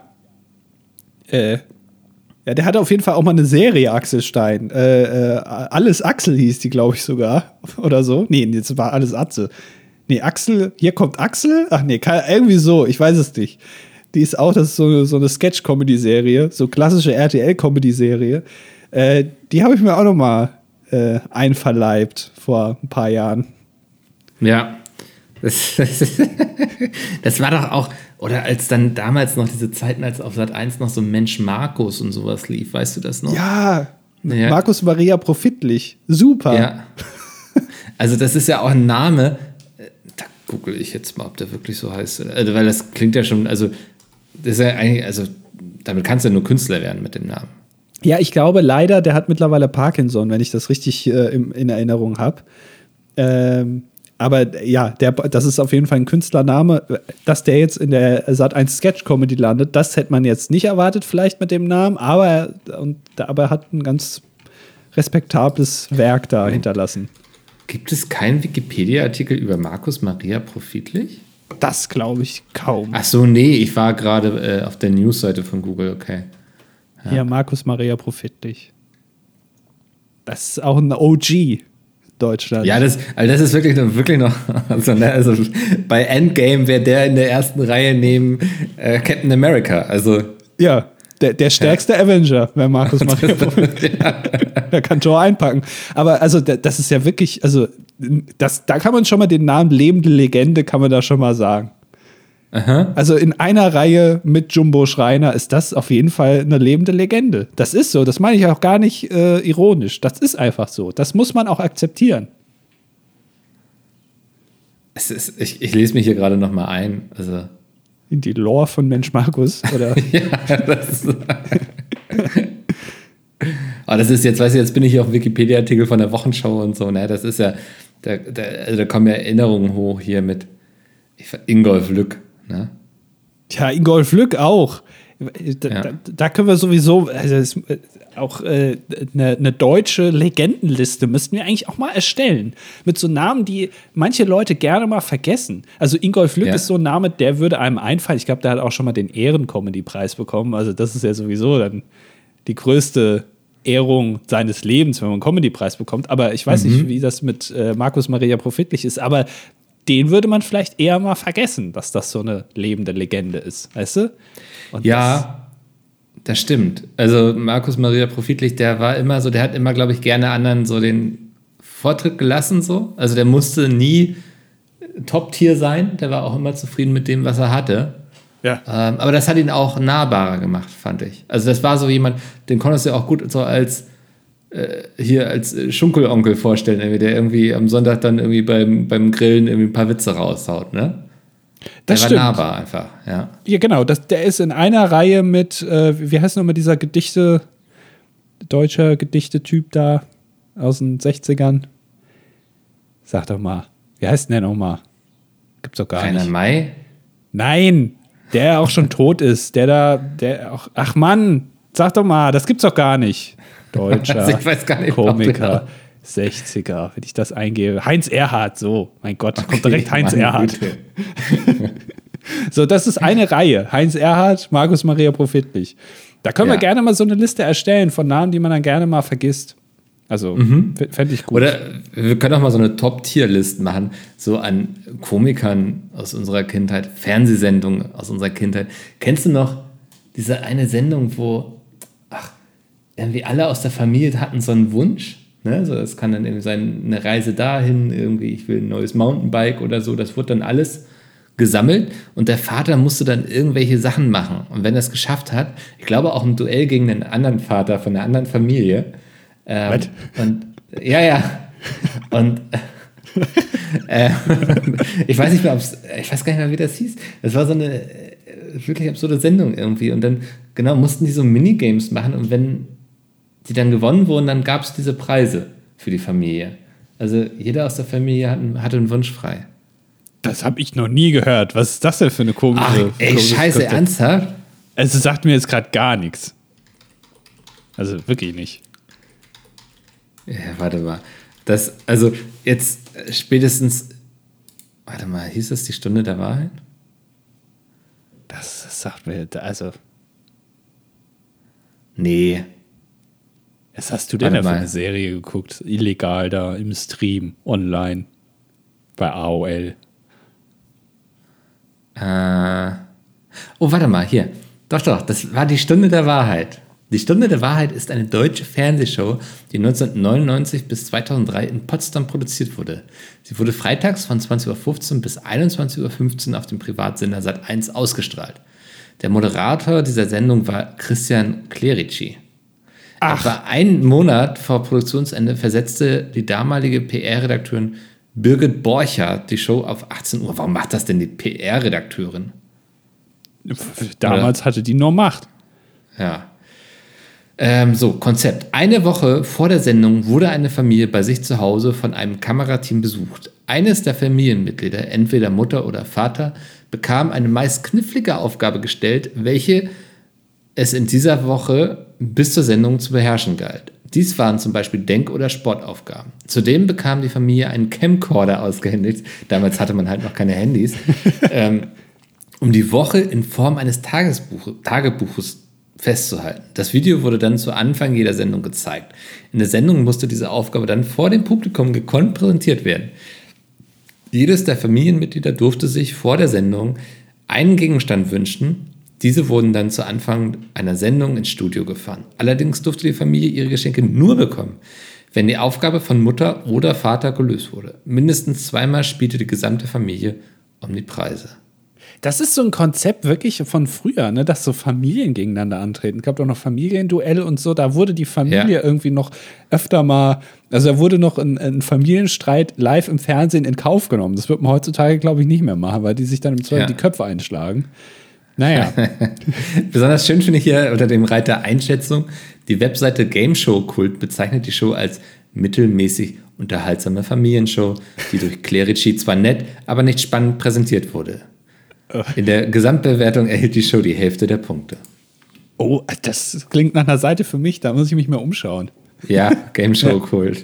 Ja, der hatte auf jeden Fall auch mal eine Serie, Axel Stein. Alles Axel hieß die, glaube ich, sogar. Oder so. Nee, das war alles Atze. Nee, Axel, hier kommt Axel? Ach nee, irgendwie so, ich weiß es nicht. Die ist auch, das ist so eine Sketch-Comedy-Serie, so klassische RTL-Comedy-Serie. Die habe ich mir auch noch mal einverleibt vor ein paar Jahren. Ja. Das war doch auch, oder als dann damals noch diese Zeiten, als auf Sat.1 noch so Mensch Markus und sowas lief, weißt du das noch? Ja. Markus Maria Profitlich. Super. Ja. Also das ist ja auch ein Name, da google ich jetzt mal, ob der wirklich so heißt. Also, weil das klingt ja schon, also das ist ja eigentlich, also damit kannst du ja nur Künstler werden mit dem Namen. Ja, ich glaube leider, der hat mittlerweile Parkinson, wenn ich das richtig in Erinnerung habe. Aber ja, das ist auf jeden Fall ein Künstlername. Dass der jetzt in der Sat.1 Sketch-Comedy landet, das hätte man jetzt nicht erwartet, vielleicht mit dem Namen, aber er hat ein ganz respektables Werk da hinterlassen. Gibt es keinen Wikipedia-Artikel über Markus Maria Profitlich? Das glaube ich kaum. Ach so, nee, ich war gerade auf der Newsseite von Google, okay. Ja, Markus Maria Profitlich. Das ist auch ein OG. Deutschland. Ja, das ist wirklich noch also bei Endgame wäre der in der ersten Reihe neben Captain America. Also ja, der stärkste Avenger wäre Markus Maria Profitlich. Der kann Tor einpacken. Aber also das ist ja wirklich, also da kann man schon mal den Namen lebende Legende kann man da schon mal sagen. Aha. Also in einer Reihe mit Jumbo Schreiner ist das auf jeden Fall eine lebende Legende. Das ist so, das meine ich auch gar nicht ironisch. Das ist einfach so. Das muss man auch akzeptieren. Ich lese mich hier gerade noch mal ein. Also. In die Lore von Mensch Markus, oder? Ja, das ist jetzt, weißt du, jetzt bin ich hier auf Wikipedia-Artikel von der Wochenschau und so, ne? Das ist ja, da kommen ja Erinnerungen hoch hier mit Ingolf Lück. Ne? Ja, Ingolf Lück auch. Da können wir sowieso, also auch eine deutsche Legendenliste müssten wir eigentlich auch mal erstellen. Mit so Namen, die manche Leute gerne mal vergessen. Also Ingolf Lück ist so ein Name, der würde einem einfallen. Ich glaube, der hat auch schon mal den Ehren-Comedy-Preis bekommen. Also das ist ja sowieso dann die größte Ehrung seines Lebens, wenn man einen Comedy-Preis bekommt. Aber ich weiß nicht, wie das mit Markus Maria Profitlich ist, aber den würde man vielleicht eher mal vergessen, dass das so eine lebende Legende ist, weißt du? Und ja, das stimmt. Also Markus Maria Profitlich, der war immer so, der hat immer, glaube ich, gerne anderen so den Vortritt gelassen so. Also der musste nie Top-Tier sein, der war auch immer zufrieden mit dem, was er hatte. Ja. Aber das hat ihn auch nahbarer gemacht, fand ich. Also das war so jemand, den konntest du ja auch gut so als Schunkelonkel vorstellen, irgendwie, der irgendwie am Sonntag dann irgendwie beim Grillen irgendwie ein paar Witze raushaut, ne? Das der stimmt. war nahbar einfach, ja. Ja, genau. Der ist in einer Reihe mit, wie heißt nochmal dieser deutscher Gedichtetyp da aus den 60ern? Sag doch mal. Wie heißt denn der nochmal? Gibt's doch gar Rainer nicht. May? Nein, der auch schon tot ist. Der auch. Ach Mann, sag doch mal, das gibt's doch gar nicht. Deutscher Also ich weiß gar nicht, Komiker, 60er, wenn ich das eingebe. Heinz Erhardt, so. Mein Gott, da kommt direkt Heinz Erhardt. So, das ist eine Reihe. Heinz Erhardt, Markus Maria Profitlich. Da können wir gerne mal so eine Liste erstellen von Namen, die man dann gerne mal vergisst. Also, fände ich gut. Oder wir können auch mal so eine Top-Tier-List machen, so an Komikern aus unserer Kindheit, Fernsehsendungen aus unserer Kindheit. Kennst du noch diese eine Sendung, wo irgendwie alle aus der Familie hatten so einen Wunsch? Ne? So, das kann dann irgendwie sein, eine Reise dahin, irgendwie, ich will ein neues Mountainbike oder so. Das wurde dann alles gesammelt und der Vater musste dann irgendwelche Sachen machen. Und wenn er es geschafft hat, ich glaube auch im Duell gegen einen anderen Vater von einer anderen Familie. Und und ich weiß nicht mehr, ich weiß gar nicht mehr, wie das hieß. Das war so eine wirklich absurde Sendung irgendwie. Und dann mussten die so Minigames machen und wenn die dann gewonnen wurden, dann gab es diese Preise für die Familie. Also jeder aus der Familie hatte einen Wunsch frei. Das habe ich noch nie gehört. Was ist das denn für eine komische... Scheiße, ernsthaft? Also sagt mir jetzt gerade gar nichts. Also wirklich nicht. Ja, warte mal. Also jetzt spätestens... Warte mal, hieß das die Stunde der Wahrheit? Das sagt mir... Also... Nee. Was hast du denn da für eine Serie geguckt? Illegal da im Stream, online, bei AOL. Oh, warte mal, hier. Doch, das war die Stunde der Wahrheit. Die Stunde der Wahrheit ist eine deutsche Fernsehshow, die 1999 bis 2003 in Potsdam produziert wurde. Sie wurde freitags von 20.15 Uhr bis 21.15 Uhr auf dem Privatsender Sat.1 ausgestrahlt. Der Moderator dieser Sendung war Christian Clerici. Etwa einen Monat vor Produktionsende versetzte die damalige PR-Redakteurin Birgit Borchardt die Show auf 18 Uhr. Warum macht das denn die PR-Redakteurin? Damals hatte die nur Macht. Ja. Konzept. Eine Woche vor der Sendung wurde eine Familie bei sich zu Hause von einem Kamerateam besucht. Eines der Familienmitglieder, entweder Mutter oder Vater, bekam eine meist knifflige Aufgabe gestellt, welche es in dieser Woche bis zur Sendung zu beherrschen galt. Dies waren zum Beispiel Denk- oder Sportaufgaben. Zudem bekam die Familie einen Camcorder ausgehändigt. Damals hatte man halt noch keine Handys. Um die Woche in Form eines Tagebuches festzuhalten. Das Video wurde dann zu Anfang jeder Sendung gezeigt. In der Sendung musste diese Aufgabe dann vor dem Publikum gekonnt präsentiert werden. Jedes der Familienmitglieder durfte sich vor der Sendung einen Gegenstand wünschen. Diese wurden dann zu Anfang einer Sendung ins Studio gefahren. Allerdings durfte die Familie ihre Geschenke nur bekommen, wenn die Aufgabe von Mutter oder Vater gelöst wurde. Mindestens zweimal spielte die gesamte Familie um die Preise. Das ist so ein Konzept wirklich von früher, ne, dass so Familien gegeneinander antreten. Es gab doch noch Familienduell und so, da wurde die Familie irgendwie noch öfter mal, also da wurde noch ein Familienstreit live im Fernsehen in Kauf genommen. Das wird man heutzutage, glaube ich, nicht mehr machen, weil die sich dann im Zweifel die Köpfe einschlagen. Naja. Besonders schön finde ich hier unter dem Reiter Einschätzung, die Webseite Game Show Kult bezeichnet die Show als mittelmäßig unterhaltsame Familienshow, die durch Clerici zwar nett, aber nicht spannend präsentiert wurde. In der Gesamtbewertung erhielt die Show die Hälfte der Punkte. Oh, das klingt nach einer Seite für mich, da muss ich mich mal umschauen. Ja, Game Show Kult.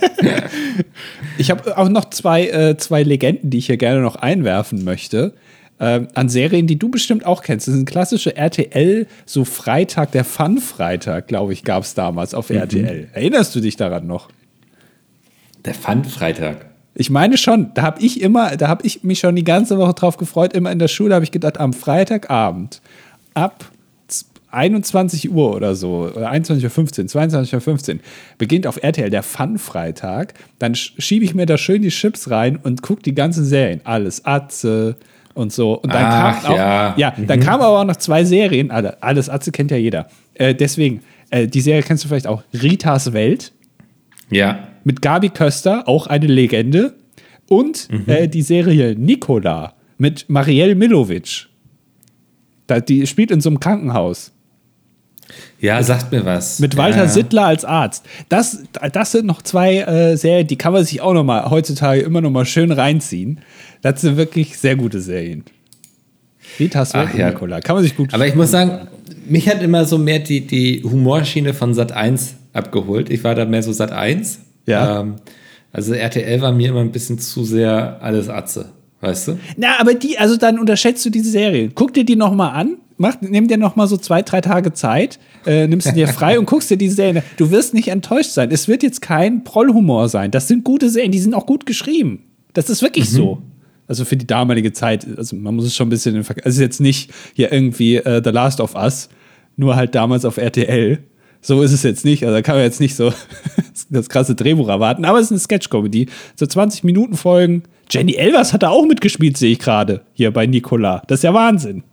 Ich habe auch noch zwei Legenden, die ich hier gerne noch einwerfen möchte. an Serien, die du bestimmt auch kennst. Das ist ein klassischer RTL, so Freitag, der Fun-Freitag, glaube ich, gab es damals auf RTL. Erinnerst du dich daran noch? Der Fun-Freitag. Ich meine schon, da habe ich mich schon die ganze Woche drauf gefreut. Immer in der Schule habe ich gedacht, am Freitagabend ab 21 Uhr oder so, oder 21:15 Uhr, 22:15 Uhr, beginnt auf RTL der Fun-Freitag. Dann schiebe ich mir da schön die Chips rein und gucke die ganzen Serien. Alles Atze und so. Und dann dann kamen aber auch noch 2 Serien. Alles Atze kennt ja jeder. Deswegen, die Serie kennst du vielleicht auch. Ritas Welt. Ja. Mit Gabi Köster, auch eine Legende. Und die Serie Nicola mit Marielle Milovic. Die spielt in so einem Krankenhaus. Ja, sagt mir was. Mit Walter Sittler als Arzt. Das sind noch 2 Serien, die kann man sich auch noch mal heutzutage immer noch mal schön reinziehen. Das sind wirklich sehr gute Serien. Ritas Welt und Nicola. Kann man sich gut. Aber ich muss sagen, mich hat immer so mehr die Humorschiene von Sat.1 abgeholt. Ich war da mehr so Sat.1. Ja. Also RTL war mir immer ein bisschen zu sehr alles Atze, weißt du? Na, aber dann unterschätzt du diese Serien. Guck dir die noch mal an, nimm dir noch mal so 2-3 Tage Zeit, nimmst du dir frei und guckst dir diese Serien. Du wirst nicht enttäuscht sein. Es wird jetzt kein Prollhumor sein. Das sind gute Serien, die sind auch gut geschrieben. Das ist wirklich so. Also für die damalige Zeit, also man muss es schon ein bisschen es ist jetzt nicht hier irgendwie The Last of Us, nur halt damals auf RTL. So ist es jetzt nicht, also da kann man jetzt nicht so das krasse Drehbuch erwarten, aber es ist eine Sketch-Comedy. So 20 Minuten Folgen. Jenny Elvers hat da auch mitgespielt, sehe ich gerade, hier bei Nicola. Das ist ja Wahnsinn.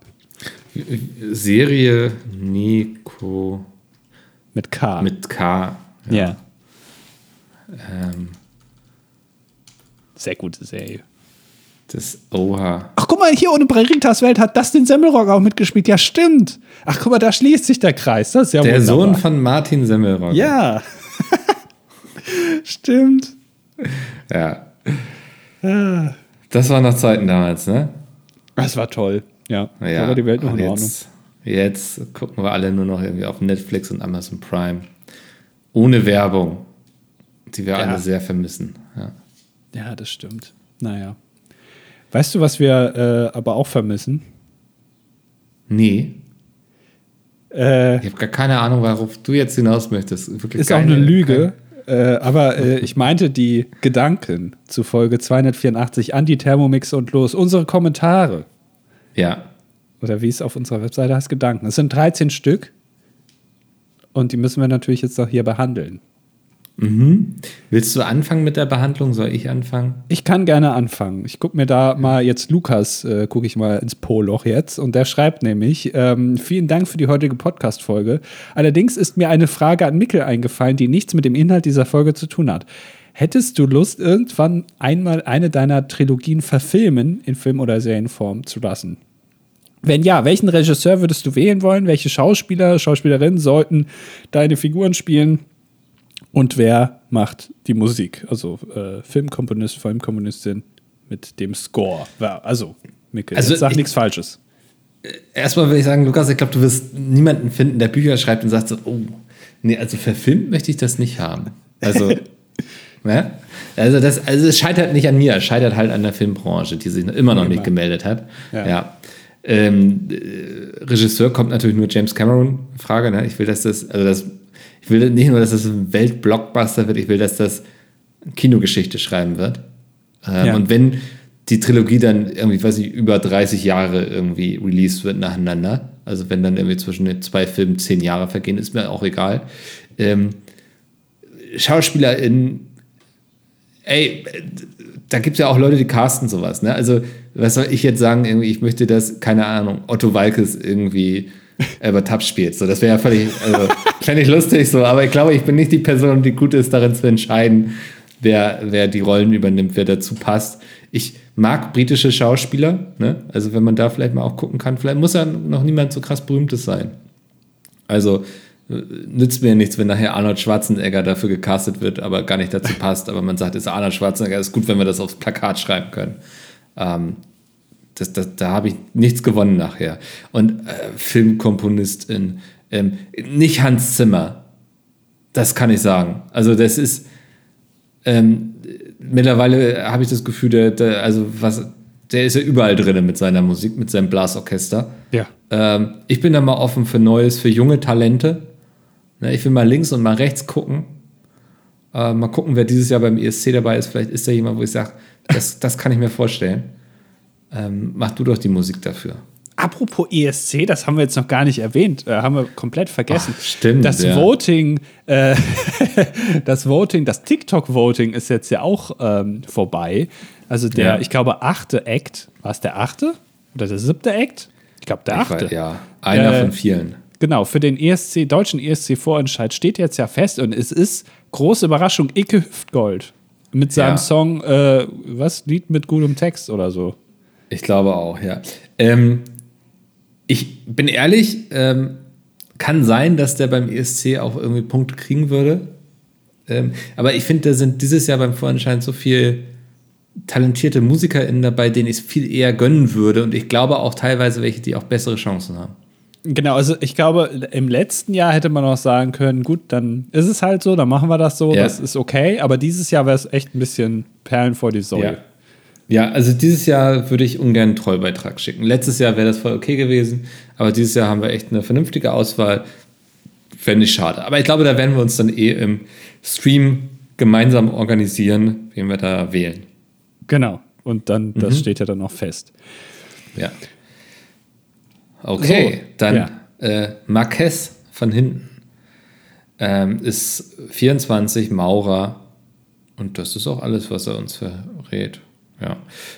Serie Nico. Mit K. Mit K. Ja. Sehr gute Serie. Oha. Ach, guck mal, hier ohne bei Ritas Welt hat Dustin Semmelrogge auch mitgespielt. Ja, stimmt. Ach, guck mal, da schließt sich der Kreis. Das ist ja der wunderbar. Sohn von Martin Semmelrogge. Ja. Stimmt. Ja. Das waren noch Zeiten damals, ne? Das war toll. Ja. Ja. Da war die Welt noch in Ordnung. Jetzt gucken wir alle nur noch irgendwie auf Netflix und Amazon Prime. Ohne Werbung. Die wir alle sehr vermissen. Ja, das stimmt. Naja. Weißt du, was wir aber auch vermissen? Nee. Ich habe gar keine Ahnung, worauf du jetzt hinaus möchtest. Wirklich ist auch eine Lüge. Aber ich meinte die Gedanken zu Folge 284, Anti-Thermomix und los. Unsere Kommentare. Ja. Oder wie es auf unserer Webseite heißt, Gedanken. Es sind 13 Stück. Und die müssen wir natürlich jetzt auch hier behandeln. Willst du anfangen mit der Behandlung? Soll ich anfangen? Ich kann gerne anfangen. Ich gucke mir da mal jetzt Lukas, gucke ich mal ins Po-Loch jetzt. Und der schreibt nämlich, vielen Dank für die heutige Podcast-Folge. Allerdings ist mir eine Frage an Mikkel eingefallen, die nichts mit dem Inhalt dieser Folge zu tun hat. Hättest du Lust, irgendwann einmal eine deiner Trilogien verfilmen, in Film- oder Serienform zu lassen? Wenn ja, welchen Regisseur würdest du wählen wollen? Welche Schauspieler, Schauspielerinnen sollten deine Figuren spielen? Und wer macht die Musik? Also Filmkomponist, Filmkomponistin mit dem Score. Ja, also, Mikkel, sag nichts Falsches. Erstmal würde ich sagen, Lukas, ich glaube, du wirst niemanden finden, der Bücher schreibt und sagt so, oh, nee, also verfilmt möchte ich das nicht haben. Also, ne? Also es scheitert nicht an mir, es scheitert halt an der Filmbranche, die sich immer noch nicht gemeldet hat. Ja. Regisseur kommt natürlich nur James Cameron in Frage. Ne? Ich will, ich will nicht nur, dass das ein Weltblockbuster wird, ich will, dass das Kinogeschichte schreiben wird. Und wenn die Trilogie dann irgendwie, weiß ich, über 30 Jahre irgendwie released wird nacheinander, also wenn dann irgendwie zwischen den 2 Filmen 10 Jahre vergehen, ist mir auch egal. SchauspielerInnen, da gibt es ja auch Leute, die casten sowas, ne? Also, was soll ich jetzt sagen, irgendwie, ich möchte, dass, keine Ahnung, Otto Waalkes irgendwie Albert Tapp spielt. So, das wäre ja völlig, fände ich lustig so, aber ich glaube, ich bin nicht die Person, die gut ist, darin zu entscheiden, wer die Rollen übernimmt, wer dazu passt. Ich mag britische Schauspieler, ne? Also wenn man da vielleicht mal auch gucken kann, vielleicht muss ja noch niemand so krass Berühmtes sein. Also nützt mir nichts, wenn nachher Arnold Schwarzenegger dafür gecastet wird, aber gar nicht dazu passt, aber man sagt, ist Arnold Schwarzenegger, ist gut, wenn wir das aufs Plakat schreiben können. Da habe ich nichts gewonnen nachher. Und Filmkomponistin, nicht Hans Zimmer, das kann ich sagen. Also das ist, mittlerweile habe ich das Gefühl, also was der ist ja überall drin mit seiner Musik, mit seinem Blasorchester. Ja. Ich bin da mal offen für Neues, für junge Talente. Ne, ich will mal links und mal rechts gucken. Mal gucken, wer dieses Jahr beim ESC dabei ist. Vielleicht ist da jemand, wo ich sage, das kann ich mir vorstellen. Mach du doch die Musik dafür. Apropos ESC, das haben wir jetzt noch gar nicht erwähnt, haben wir komplett vergessen. Ach, stimmt. Das Voting, das TikTok-Voting ist jetzt ja auch vorbei. Also ich glaube, 8. Act, war es der 8. oder der 7. Act? Ich glaube, der 8. Ja, einer von vielen. Genau, für den deutschen ESC-Vorentscheid steht jetzt ja fest und es ist, große Überraschung, Icke Hüftgold mit seinem Song, Lied mit gutem Text oder so. Ich glaube auch, ja. Ich bin ehrlich, kann sein, dass der beim ESC auch irgendwie Punkte kriegen würde. Aber ich finde, da sind dieses Jahr beim Vorentscheid so viel talentierte MusikerInnen dabei, denen ich es viel eher gönnen würde. Und ich glaube auch teilweise welche, die auch bessere Chancen haben. Genau, also ich glaube, im letzten Jahr hätte man auch sagen können, gut, dann ist es halt so, dann machen wir das so, das ist okay. Aber dieses Jahr wäre es echt ein bisschen Perlen vor die Säule. Ja, also dieses Jahr würde ich ungern einen Trollbeitrag schicken. Letztes Jahr wäre das voll okay gewesen, aber dieses Jahr haben wir echt eine vernünftige Auswahl. Fände ich schade. Aber ich glaube, da werden wir uns dann im Stream gemeinsam organisieren, wen wir da wählen. Genau, und dann, das steht ja dann noch fest. Ja. Okay, so, dann Marquez von hinten ist 24, Maurer und das ist auch alles, was er uns verrät. Ja.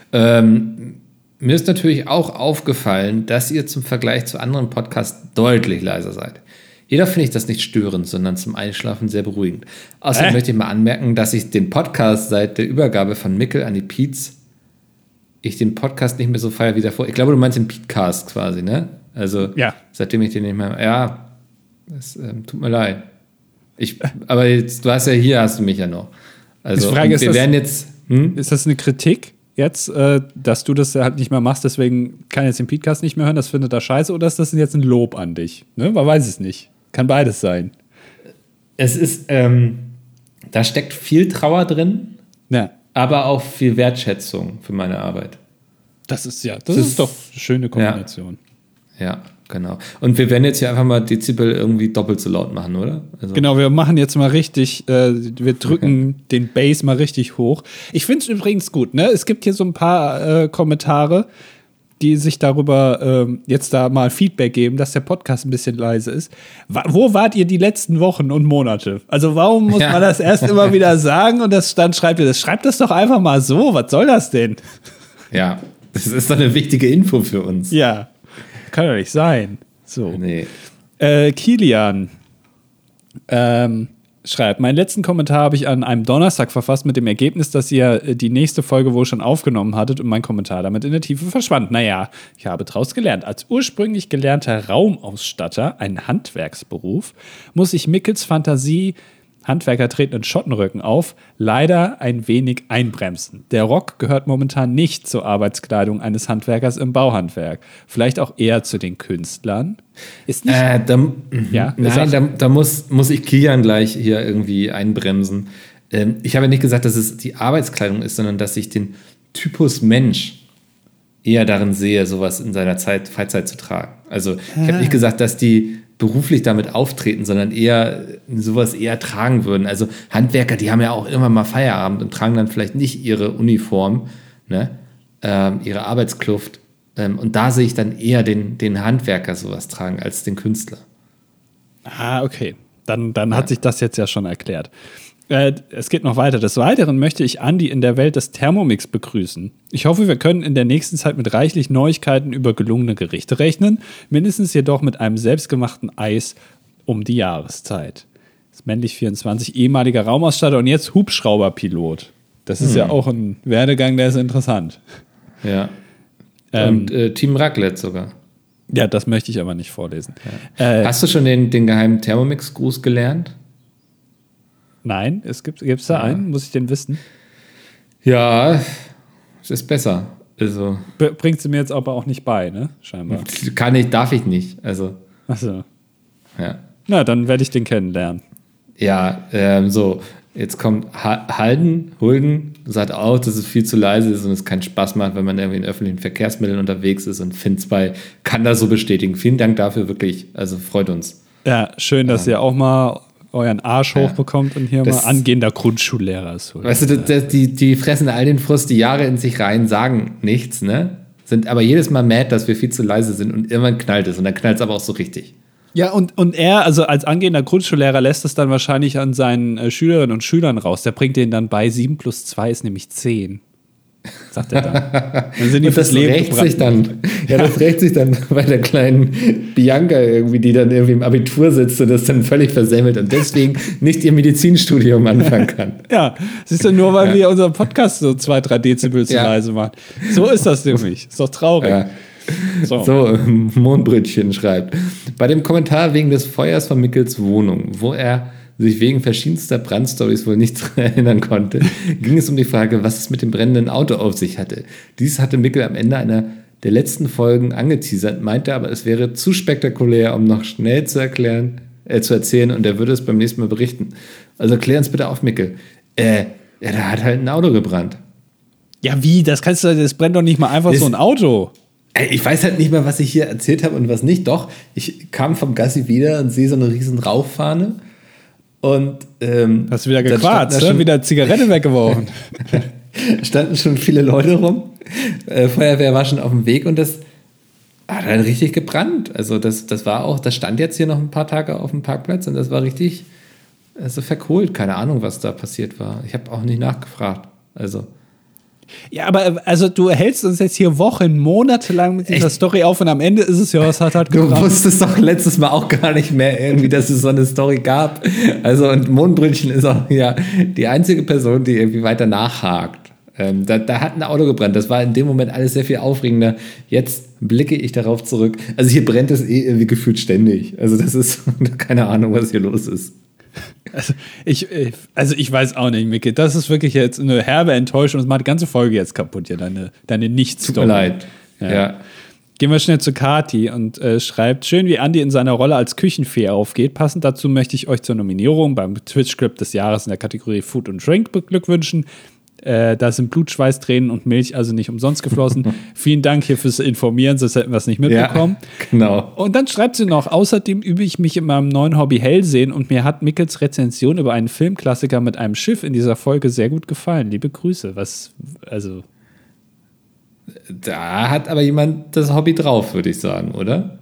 Mir ist natürlich auch aufgefallen, dass ihr zum Vergleich zu anderen Podcasts deutlich leiser seid. Jedoch finde ich das nicht störend, sondern zum Einschlafen sehr beruhigend. Außerdem möchte ich mal anmerken, dass ich den Podcast seit der Übergabe von Mickel an die Pietz, ich den Podcast nicht mehr so feiere wie davor. Ich glaube, du meinst den Pietcast quasi, ne? Also, seitdem ich den nicht mehr... Ja, das tut mir leid. Aber jetzt, du hast du mich ja noch. Also, die Frage ist, wir werden jetzt... Ist das eine Kritik jetzt, dass du das halt nicht mehr machst, deswegen kann jetzt den Podcast nicht mehr hören, das findet er scheiße, oder ist das jetzt ein Lob an dich? Ne? Man weiß es nicht. Kann beides sein. Es ist, da steckt viel Trauer drin, aber auch viel Wertschätzung für meine Arbeit. Das ist doch eine schöne Kombination. Ja, genau. Und wir werden jetzt hier einfach mal Dezibel irgendwie doppelt so laut machen, oder? Also genau, wir machen jetzt mal richtig, wir drücken den Bass mal richtig hoch. Ich finde es übrigens gut, ne? Es gibt hier so ein paar Kommentare, die sich darüber jetzt da mal Feedback geben, dass der Podcast ein bisschen leise ist. Wo wart ihr die letzten Wochen und Monate? Also warum muss man das erst immer wieder sagen und dann schreibt ihr das? Schreibt das doch einfach mal so, was soll das denn? Ja, das ist doch eine wichtige Info für uns. Ja, kann doch nicht sein. So. Nee. Kilian schreibt, meinen letzten Kommentar habe ich an einem Donnerstag verfasst mit dem Ergebnis, dass ihr die nächste Folge wohl schon aufgenommen hattet und mein Kommentar damit in der Tiefe verschwand. Naja, ich habe daraus gelernt. Als ursprünglich gelernter Raumausstatter, ein Handwerksberuf, muss ich Mickels Fantasie, Handwerker treten in Schottenröcken auf, leider ein wenig einbremsen. Der Rock gehört momentan nicht zur Arbeitskleidung eines Handwerkers im Bauhandwerk. Vielleicht auch eher zu den Künstlern. Ist nicht. Da muss ich Kilian gleich hier irgendwie einbremsen. Ich habe nicht gesagt, dass es die Arbeitskleidung ist, sondern dass ich den Typus Mensch eher darin sehe, sowas in seiner Freizeit zu tragen. Also ich habe nicht gesagt, dass die beruflich damit auftreten, sondern sowas eher tragen würden. Also Handwerker, die haben ja auch immer mal Feierabend und tragen dann vielleicht nicht ihre Uniform, ne? Ihre Arbeitskluft. Und da sehe ich dann eher den Handwerker sowas tragen als den Künstler. Ah, okay. Dann hat sich das jetzt ja schon erklärt. Es geht noch weiter. Des Weiteren möchte ich Andi in der Welt des Thermomix begrüßen. Ich hoffe, wir können in der nächsten Zeit mit reichlich Neuigkeiten über gelungene Gerichte rechnen, mindestens jedoch mit einem selbstgemachten Eis um die Jahreszeit. Das ist männlich 24, ehemaliger Raumausstatter und jetzt Hubschrauberpilot. Das ist ja auch ein Werdegang, der ist interessant. Ja. Und Team Raclette sogar. Ja, das möchte ich aber nicht vorlesen. Ja. Hast du schon den geheimen Thermomix-Gruß gelernt? Nein, gibt's da einen? Muss ich den wissen? Ja, es ist besser. Also bringt sie mir jetzt aber auch nicht bei, ne? Scheinbar. Darf ich nicht. Also. Ach so. Ja. Na, dann werde ich den kennenlernen. Ja, so. Jetzt kommt Holden, sagt auch, dass es viel zu leise ist und es keinen Spaß macht, wenn man irgendwie in öffentlichen Verkehrsmitteln unterwegs ist. Und Finn 2 kann das so bestätigen. Vielen Dank dafür, wirklich. Also freut uns. Ja, schön, dass ihr auch mal euren Arsch hochbekommt und hier mal angehender Grundschullehrer ist. Weißt du, die fressen all den Frust die Jahre in sich rein, sagen nichts, ne? Sind aber jedes Mal mad, dass wir viel zu leise sind und irgendwann knallt es. Und dann knallt es aber auch so richtig. Ja, und er, also als angehender Grundschullehrer, lässt es dann wahrscheinlich an seinen Schülerinnen und Schülern raus. Der bringt denen dann bei, 7 plus 2 ist nämlich 10. Sagt er dann. Dann sind die und das rächt sich dann. Ja, das rächt sich dann bei der kleinen Bianca irgendwie, die dann irgendwie im Abitur sitzt und das dann völlig versemmelt und deswegen nicht ihr Medizinstudium anfangen kann. Ja, siehst du, nur weil wir unseren Podcast so 2-3 Dezibel zu leise machen. So ist das nämlich. Ist doch traurig. Ja. So, Mondbrötchen schreibt. Bei dem Kommentar wegen des Feuers von Mickels Wohnung, wo er sich wegen verschiedenster Brandstories wohl nicht erinnern konnte, ging es um die Frage, was es mit dem brennenden Auto auf sich hatte. Dies hatte Mickel am Ende einer der letzten Folgen angeteasert, meinte aber, es wäre zu spektakulär, um noch schnell zu erzählen und er würde es beim nächsten Mal berichten. Also klär uns bitte auf, Mickel. Da hat halt ein Auto gebrannt. Ja, wie? Das brennt doch nicht mal einfach so ein Auto. Ich weiß halt nicht mehr, was ich hier erzählt habe und was nicht. Doch, ich kam vom Gassi wieder und sehe so eine riesen Rauchfahne. Und hast du wieder gequatscht, schon wieder Zigarette weggeworfen. Standen schon viele Leute rum. Feuerwehr war schon auf dem Weg und das hat halt richtig gebrannt. Also das war auch, das stand jetzt hier noch ein paar Tage auf dem Parkplatz und das war richtig verkohlt. Keine Ahnung, was da passiert war. Ich habe auch nicht nachgefragt. Also. Ja, aber also du hältst uns jetzt hier Wochen, Monate lang mit dieser Story auf und am Ende ist es ja, es hat halt gebrannt. Du wusstest doch letztes Mal auch gar nicht mehr irgendwie, dass es so eine Story gab. Also und Mondbrötchen ist auch die einzige Person, die irgendwie weiter nachhakt. Da hat ein Auto gebrannt. Das war in dem Moment alles sehr viel aufregender. Jetzt blicke ich darauf zurück. Also hier brennt es irgendwie gefühlt ständig. Also das ist keine Ahnung, was hier los ist. Also ich weiß auch nicht, Micke. Das ist wirklich jetzt eine herbe Enttäuschung. Das macht die ganze Folge jetzt kaputt, ja, deine Nichts-Story. Tut mir leid. Ja. Gehen wir schnell zu Kati und schreibt, schön wie Andi in seiner Rolle als Küchenfee aufgeht. Passend dazu möchte ich euch zur Nominierung beim Twitch-Clip des Jahres in der Kategorie Food and Drink beglückwünschen. Da sind Blut, Schweiß, Tränen und Milch also nicht umsonst geflossen. Vielen Dank hier fürs Informieren, sonst hätten wir es nicht mitbekommen. Ja, genau. Und dann schreibt sie noch, außerdem übe ich mich in meinem neuen Hobby Hellsehen und mir hat Mickels Rezension über einen Filmklassiker mit einem Schiff in dieser Folge sehr gut gefallen. Liebe Grüße. Da hat aber jemand das Hobby drauf, würde ich sagen, oder?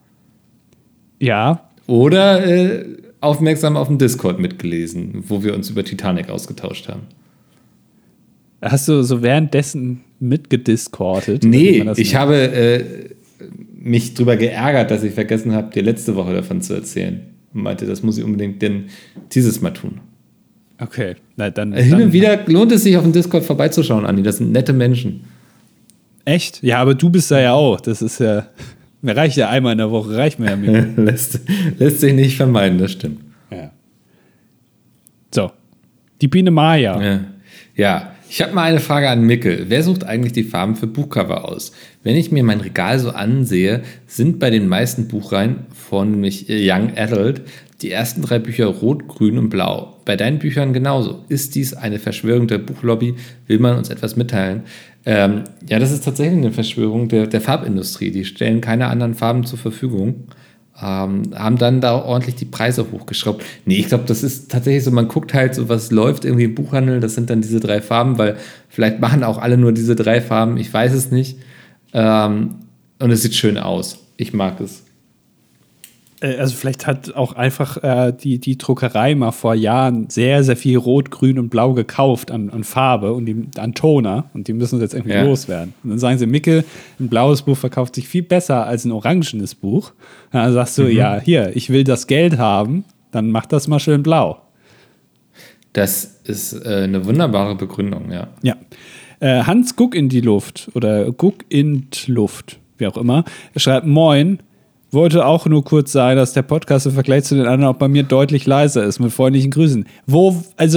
Ja. Oder aufmerksam auf dem Discord mitgelesen, wo wir uns über Titanic ausgetauscht haben. Hast du so währenddessen mitgediscordet? Nee, ich habe mich drüber geärgert, dass ich vergessen habe, dir letzte Woche davon zu erzählen. Und meinte, das muss ich unbedingt dieses Mal tun. Okay, na dann. Hin und wieder lohnt es sich, auf dem Discord vorbeizuschauen, Andi. Das sind nette Menschen. Echt? Ja, aber du bist da ja auch. Das ist ja. Mir reicht ja einmal in der Woche, reicht mir ja mit. lässt sich nicht vermeiden, das stimmt. Ja. So. Die Biene Maya. Ja. Ich habe mal eine Frage an Mickel. Wer sucht eigentlich die Farben für Buchcover aus? Wenn ich mir mein Regal so ansehe, sind bei den meisten Buchreihen, vornehmlich Young Adult, die ersten 3 Bücher rot, grün und blau. Bei deinen Büchern genauso. Ist dies eine Verschwörung der Buchlobby? Will man uns etwas mitteilen? Ja, das ist tatsächlich eine Verschwörung der Farbindustrie. Die stellen keine anderen Farben zur Verfügung. Haben dann da ordentlich die Preise hochgeschraubt. Nee, ich glaube, das ist tatsächlich so, man guckt halt so, was läuft irgendwie im Buchhandel, das sind dann diese 3 Farben, weil vielleicht machen auch alle nur diese 3 Farben, ich weiß es nicht. Und es sieht schön aus. Ich mag es. Also vielleicht hat auch einfach die Druckerei mal vor Jahren sehr, sehr viel Rot, Grün und Blau gekauft an Farbe und an Toner und die müssen jetzt irgendwie loswerden. Und dann sagen sie, Mickel, ein blaues Buch verkauft sich viel besser als ein orangenes Buch. Dann sagst du, ja, hier, ich will das Geld haben, dann mach das mal schön blau. Das ist eine wunderbare Begründung, ja. Ja. Hans Guck in die Luft oder Guck in die Luft, wie auch immer, er schreibt, moin, wollte auch nur kurz sagen, dass der Podcast im Vergleich zu den anderen auch bei mir deutlich leiser ist, mit freundlichen Grüßen. Wo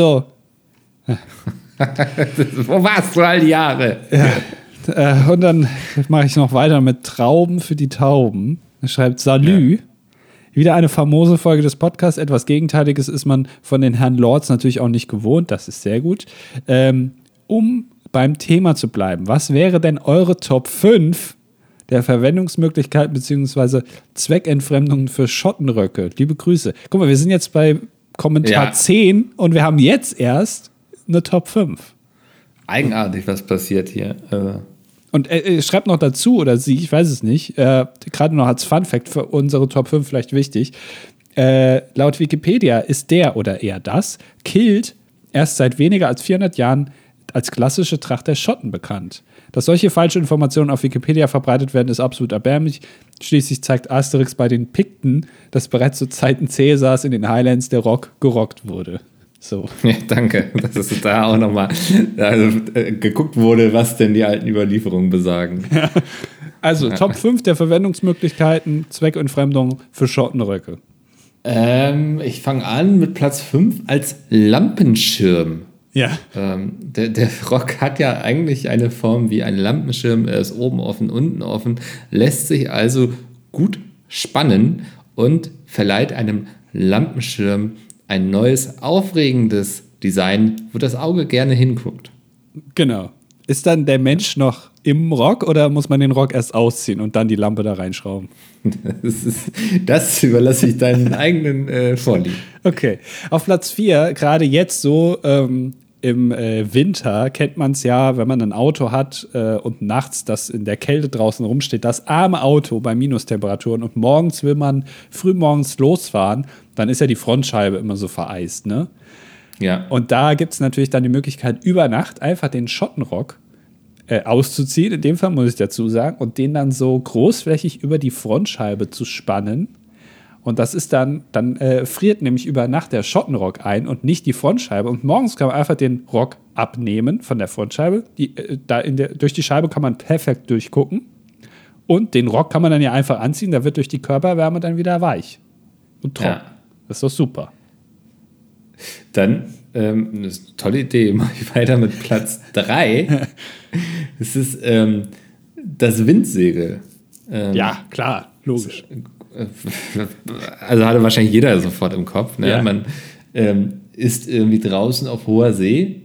warst du all die Jahre? Ja. Und dann mache ich noch weiter mit Trauben für die Tauben. Er schreibt, Salü. Wieder eine famose Folge des Podcasts. Etwas Gegenteiliges ist man von den Herrn Lords natürlich auch nicht gewohnt. Das ist sehr gut. Um beim Thema zu bleiben, was wäre denn eure Top 5 der Verwendungsmöglichkeiten bzw. Zweckentfremdungen für Schottenröcke? Liebe Grüße. Guck mal, wir sind jetzt bei Kommentar 10 und wir haben jetzt erst eine Top 5. Eigenartig, was passiert hier. Und schreibt noch dazu, oder sie, ich weiß es nicht, gerade noch als Funfact für unsere Top 5 vielleicht wichtig, laut Wikipedia ist der oder eher das Kilt erst seit weniger als 400 Jahren als klassische Tracht der Schotten bekannt. Dass solche falsche Informationen auf Wikipedia verbreitet werden, ist absolut erbärmlich. Schließlich zeigt Asterix bei den Pikten, dass bereits zu Zeiten Cäsars in den Highlands der Rock gerockt wurde. So. Ja, danke, dass es da auch nochmal geguckt wurde, was denn die alten Überlieferungen besagen. Ja. Also, Top 5 der Verwendungsmöglichkeiten, Zweckentfremdung für Schottenröcke. Ich fange an mit Platz 5 als Lampenschirm. Ja. Der Rock hat ja eigentlich eine Form wie ein Lampenschirm. Er ist oben offen, unten offen, lässt sich also gut spannen und verleiht einem Lampenschirm ein neues, aufregendes Design, wo das Auge gerne hinguckt. Genau. Ist dann der Mensch noch im Rock oder muss man den Rock erst ausziehen und dann die Lampe da reinschrauben? Das überlasse ich deinen eigenen Vorlieben. Okay. Auf Platz 4, gerade jetzt so im Winter, kennt man es ja, wenn man ein Auto hat und nachts das in der Kälte draußen rumsteht, das arme Auto bei Minustemperaturen und morgens will man frühmorgens losfahren, dann ist ja die Frontscheibe immer so vereist, ne? Ja. Und da gibt es natürlich dann die Möglichkeit, über Nacht einfach den Schottenrock auszuziehen, in dem Fall muss ich dazu sagen, und den dann so großflächig über die Frontscheibe zu spannen. Und das ist dann friert nämlich über Nacht der Schottenrock ein und nicht die Frontscheibe. Und morgens kann man einfach den Rock abnehmen von der Frontscheibe. Durch die Scheibe kann man perfekt durchgucken. Und den Rock kann man dann ja einfach anziehen. Da wird durch die Körperwärme dann wieder weich und trocken. Ja. Das ist doch super. Dann, eine tolle Idee, mache ich weiter mit Platz 3. Es ist das Windsegel. Ja, klar, logisch. Also hatte wahrscheinlich jeder sofort im Kopf. Ne? Ja. Man ist irgendwie draußen auf hoher See,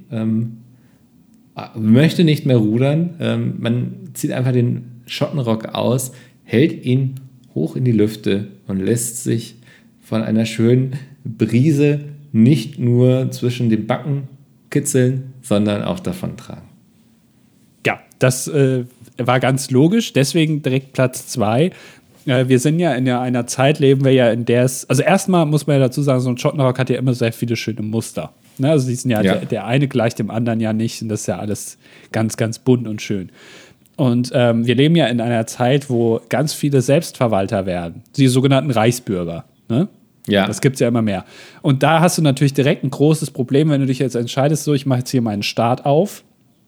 möchte nicht mehr rudern, man zieht einfach den Schottenrock aus, hält ihn hoch in die Lüfte und lässt sich von einer schönen Brise nicht nur zwischen den Backen kitzeln, sondern auch davontragen. Ja, das war ganz logisch, deswegen direkt Platz 2. Wir sind ja in einer Zeit, leben wir ja, in der es, also erstmal muss man ja dazu sagen, so ein Schottenrock hat ja immer sehr viele schöne Muster. Ne? Also die sind ja. Der eine gleicht dem anderen ja nicht und das ist ja alles ganz, ganz bunt und schön. Und wir leben ja in einer Zeit, wo ganz viele Selbstverwalter werden, die sogenannten Reichsbürger. Ne? Ja. Das gibt es ja immer mehr. Und da hast du natürlich direkt ein großes Problem, wenn du dich jetzt entscheidest, so, ich mache jetzt hier meinen Start auf,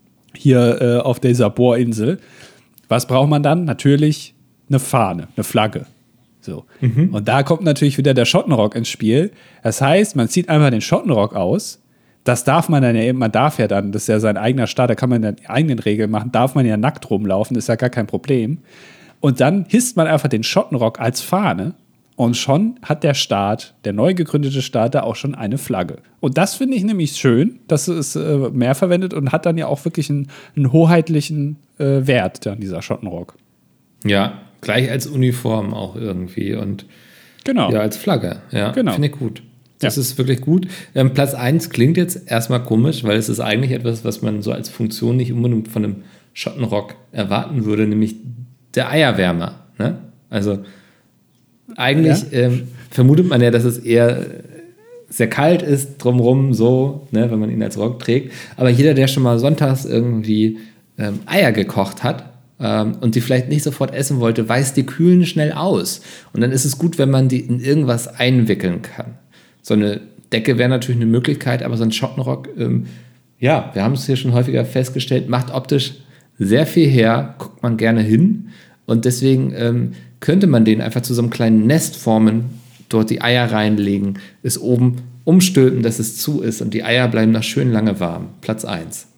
hier auf dieser Bohrinsel. Was braucht man dann? Natürlich eine Fahne, eine Flagge. So. Mhm. Und da kommt natürlich wieder der Schottenrock ins Spiel. Das heißt, man zieht einfach den Schottenrock aus. Das darf man dann ja eben, man darf ja dann, das ist ja sein eigener Staat, da kann man dann die eigenen Regeln machen, darf man ja nackt rumlaufen, ist ja gar kein Problem. Und dann hisst man einfach den Schottenrock als Fahne und schon hat der Staat, der neu gegründete Staat, da auch schon eine Flagge. Und das finde ich nämlich schön, dass es mehr verwendet und hat dann ja auch wirklich einen hoheitlichen Wert, dann dieser Schottenrock. Ja, gleich als Uniform auch irgendwie und genau. Ja, als Flagge. Ja, genau. Finde ich gut. Das ist wirklich gut. Platz 1 klingt jetzt erstmal komisch, weil es ist eigentlich etwas, was man so als Funktion nicht unbedingt von einem Schottenrock erwarten würde, nämlich der Eierwärmer. Ne? Also eigentlich vermutet man ja, dass es eher sehr kalt ist drumherum, so, ne, wenn man ihn als Rock trägt. Aber jeder, der schon mal sonntags irgendwie Eier gekocht hat, und die vielleicht nicht sofort essen wollte, weiß, die kühlen schnell aus. Und dann ist es gut, wenn man die in irgendwas einwickeln kann. So eine Decke wäre natürlich eine Möglichkeit, aber so ein Schottenrock, wir haben es hier schon häufiger festgestellt, macht optisch sehr viel her, guckt man gerne hin. Und deswegen könnte man den einfach zu so einem kleinen Nest formen, dort die Eier reinlegen, es oben umstülpen, dass es zu ist und die Eier bleiben noch schön lange warm. Platz 1.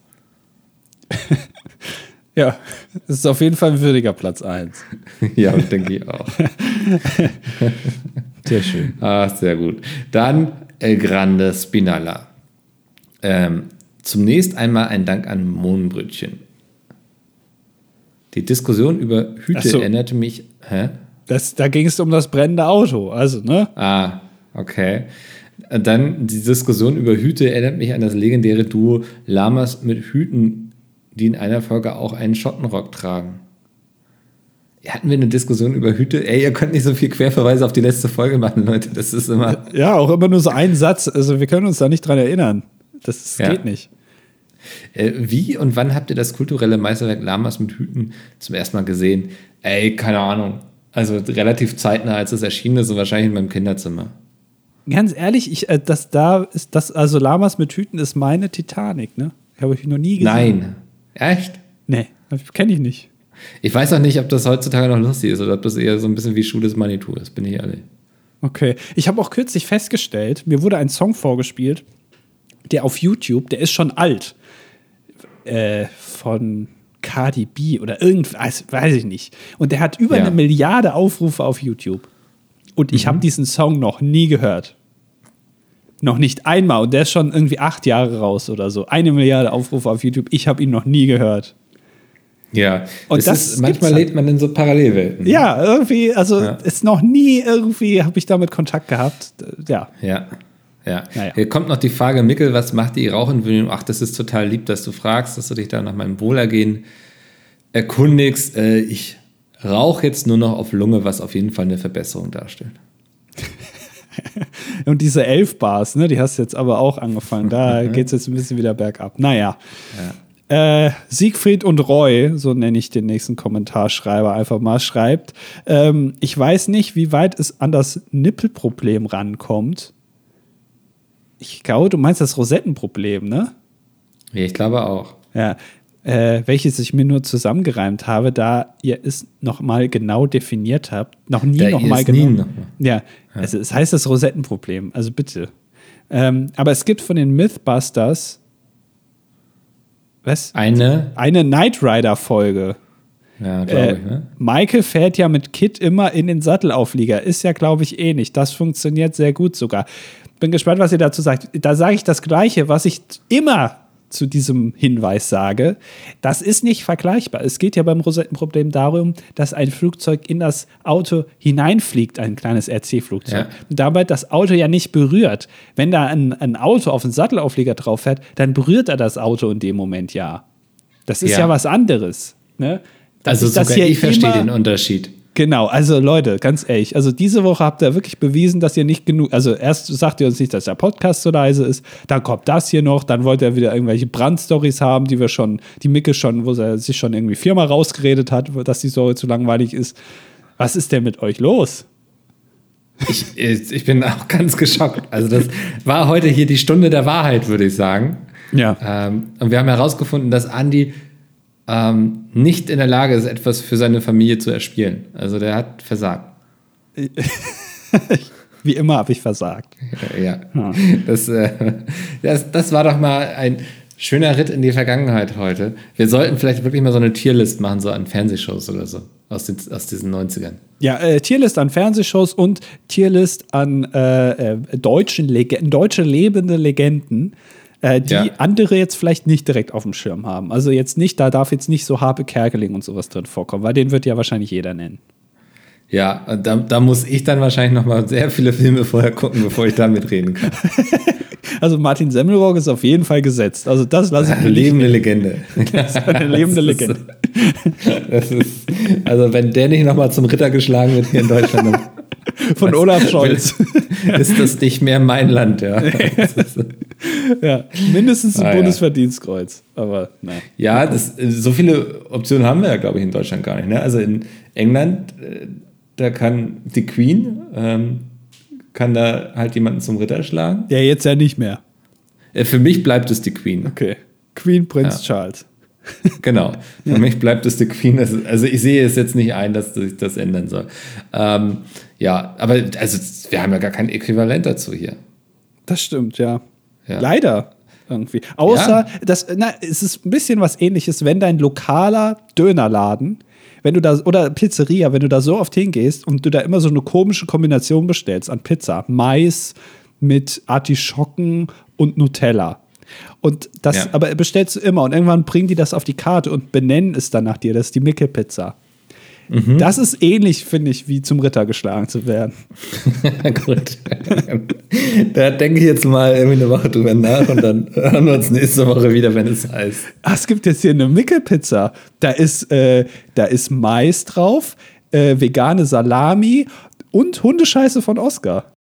Ja, das ist auf jeden Fall ein würdiger Platz 1. Ja, denke ich auch. Sehr schön. Sehr gut. Dann El Grande Spinalla. Zunächst einmal ein Dank an Mohnbrötchen. Die Diskussion über Hüte erinnerte mich. Hä? Da ging es um das brennende Auto, also, ne? Okay. Dann die Diskussion über Hüte erinnert mich an das legendäre Duo Lamas mit Hüten, die in einer Folge auch einen Schottenrock tragen. Hatten wir eine Diskussion über Hüte? Ey, ihr könnt nicht so viel Querverweise auf die letzte Folge machen, Leute. Das ist immer. Ja, auch immer nur so ein Satz. Also wir können uns da nicht dran erinnern. Das geht nicht. Wie und wann habt ihr das kulturelle Meisterwerk Lamas mit Hüten zum ersten Mal gesehen? Ey, keine Ahnung. Also relativ zeitnah, als es erschienen ist, und wahrscheinlich in meinem Kinderzimmer. Ganz ehrlich, also Lamas mit Hüten ist meine Titanic, ne? Habe ich noch nie gesehen. Nein. Echt? Nee, kenne ich nicht. Ich weiß auch nicht, ob das heutzutage noch lustig ist oder ob das eher so ein bisschen wie Schuh des Manitou ist, bin ich ehrlich. Okay. Ich habe auch kürzlich festgestellt, mir wurde ein Song vorgespielt, der auf YouTube, der ist schon alt, von Cardi B oder irgendwas, weiß ich nicht. Und der hat über 1 Milliarde Aufrufe auf YouTube. Und ich habe diesen Song noch nie gehört. Noch nicht einmal. Und der ist schon irgendwie 8 Jahre raus oder so. 1 Milliarde Aufrufe auf YouTube. Ich habe ihn noch nie gehört. Ja, und manchmal lebt man in so Parallelwelten. Ja, irgendwie, ist noch nie irgendwie, habe ich damit Kontakt gehabt. Ja. Naja. Hier kommt noch die Frage, Mikkel, was macht die Rauchentwöhnung? Ach, das ist total lieb, dass du fragst, dass du dich da nach meinem Wohlergehen erkundigst. Ich rauche jetzt nur noch auf Lunge, was auf jeden Fall eine Verbesserung darstellt. Und diese 11 Bars, ne, die hast du jetzt aber auch angefangen. Da geht es jetzt ein bisschen wieder bergab. Naja. Siegfried und Roy, so nenne ich den nächsten Kommentarschreiber, einfach mal schreibt, ich weiß nicht, wie weit es an das Nippelproblem rankommt. Ich glaube, du meinst das Rosettenproblem, ne? Ja, ich glaube auch. Ja, welches ich mir nur zusammengereimt habe, da ihr es nochmal genau definiert habt. Noch nie nochmal genau. Ja, also es heißt das Rosettenproblem, also bitte. Aber es gibt von den Mythbusters eine Knight Rider-Folge. Ja, glaube ich, ne? Michael fährt ja mit Kid immer in den Sattelauflieger. Ist ja, glaube ich, ähnlich. Das funktioniert sehr gut sogar. Bin gespannt, was ihr dazu sagt. Da sage ich das Gleiche, was ich immer zu diesem Hinweis sage. Das ist nicht vergleichbar. Es geht ja beim Rosettenproblem darum, dass ein Flugzeug in das Auto hineinfliegt, ein kleines RC-Flugzeug. Ja. Und dabei das Auto ja nicht berührt. Wenn da ein Auto auf den Sattelauflieger drauf fährt, dann berührt er das Auto in dem Moment ja. Das ist ja was anderes. Ne? Also sogar ich verstehe den Unterschied. Genau, also Leute, ganz ehrlich, also diese Woche habt ihr wirklich bewiesen, dass ihr nicht genug, also erst sagt ihr uns nicht, dass der Podcast so leise ist, dann kommt das hier noch, dann wollt ihr wieder irgendwelche Brandstories haben, die Micke schon, wo er sich schon irgendwie 4-mal rausgeredet hat, dass die Story zu langweilig ist. Was ist denn mit euch los? Ich bin auch ganz geschockt. Also das war heute hier die Stunde der Wahrheit, würde ich sagen. Ja. Und wir haben herausgefunden, dass Andi nicht in der Lage ist, etwas für seine Familie zu erspielen. Also der hat versagt. Wie immer habe ich versagt. Ja. Das war doch mal ein schöner Ritt in die Vergangenheit heute. Wir sollten vielleicht wirklich mal so eine Tierlist machen, so an Fernsehshows oder so, aus diesen 90ern. Ja, Tierlist an Fernsehshows und Tierlist an deutsche lebende Legenden. Die andere jetzt vielleicht nicht direkt auf dem Schirm haben. Also jetzt nicht, da darf jetzt nicht so Harpe Kerkeling und sowas drin vorkommen, weil den wird ja wahrscheinlich jeder nennen. Ja, da muss ich dann wahrscheinlich noch mal sehr viele Filme vorher gucken, bevor ich da mitreden kann. Also Martin Semmelrogge ist auf jeden Fall gesetzt. Also das lasse ich mir lebende Legende. Das ist eine lebende Legende. Also wenn der nicht noch mal zum Ritter geschlagen wird hier in Deutschland, dann von Olaf Scholz. Ist das nicht mehr mein Land, ja. Ja, mindestens ein Bundesverdienstkreuz. Aber nein. Ja, so viele Optionen haben wir ja, glaube ich, in Deutschland gar nicht. Ne? Also in England, da kann die Queen, kann da halt jemanden zum Ritter schlagen. Ja, jetzt ja nicht mehr. Für mich bleibt es die Queen. Okay. Queen Prinz Charles. Genau. Für mich bleibt es die Queen. Also ich sehe es jetzt nicht ein, dass sich das ändern soll. Ja, aber also wir haben ja gar kein Äquivalent dazu hier. Das stimmt, ja. Leider irgendwie. Außer, es ist ein bisschen was Ähnliches, wenn dein lokaler Dönerladen wenn du da, oder Pizzeria, wenn du da so oft hingehst und du da immer so eine komische Kombination bestellst an Pizza, Mais mit Artischocken und Nutella. Und das, aber bestellst du immer und irgendwann bringen die das auf die Karte und benennen es dann nach dir. Das ist die Mickel-Pizza. Das ist ähnlich, finde ich, wie zum Ritter geschlagen zu werden. Gut. Da denke ich jetzt mal irgendwie eine Woche drüber nach und dann hören wir uns nächste Woche wieder, wenn es heißt. Es gibt jetzt hier eine Mickel-Pizza. Da ist Mais drauf, vegane Salami und Hundescheiße von Oscar.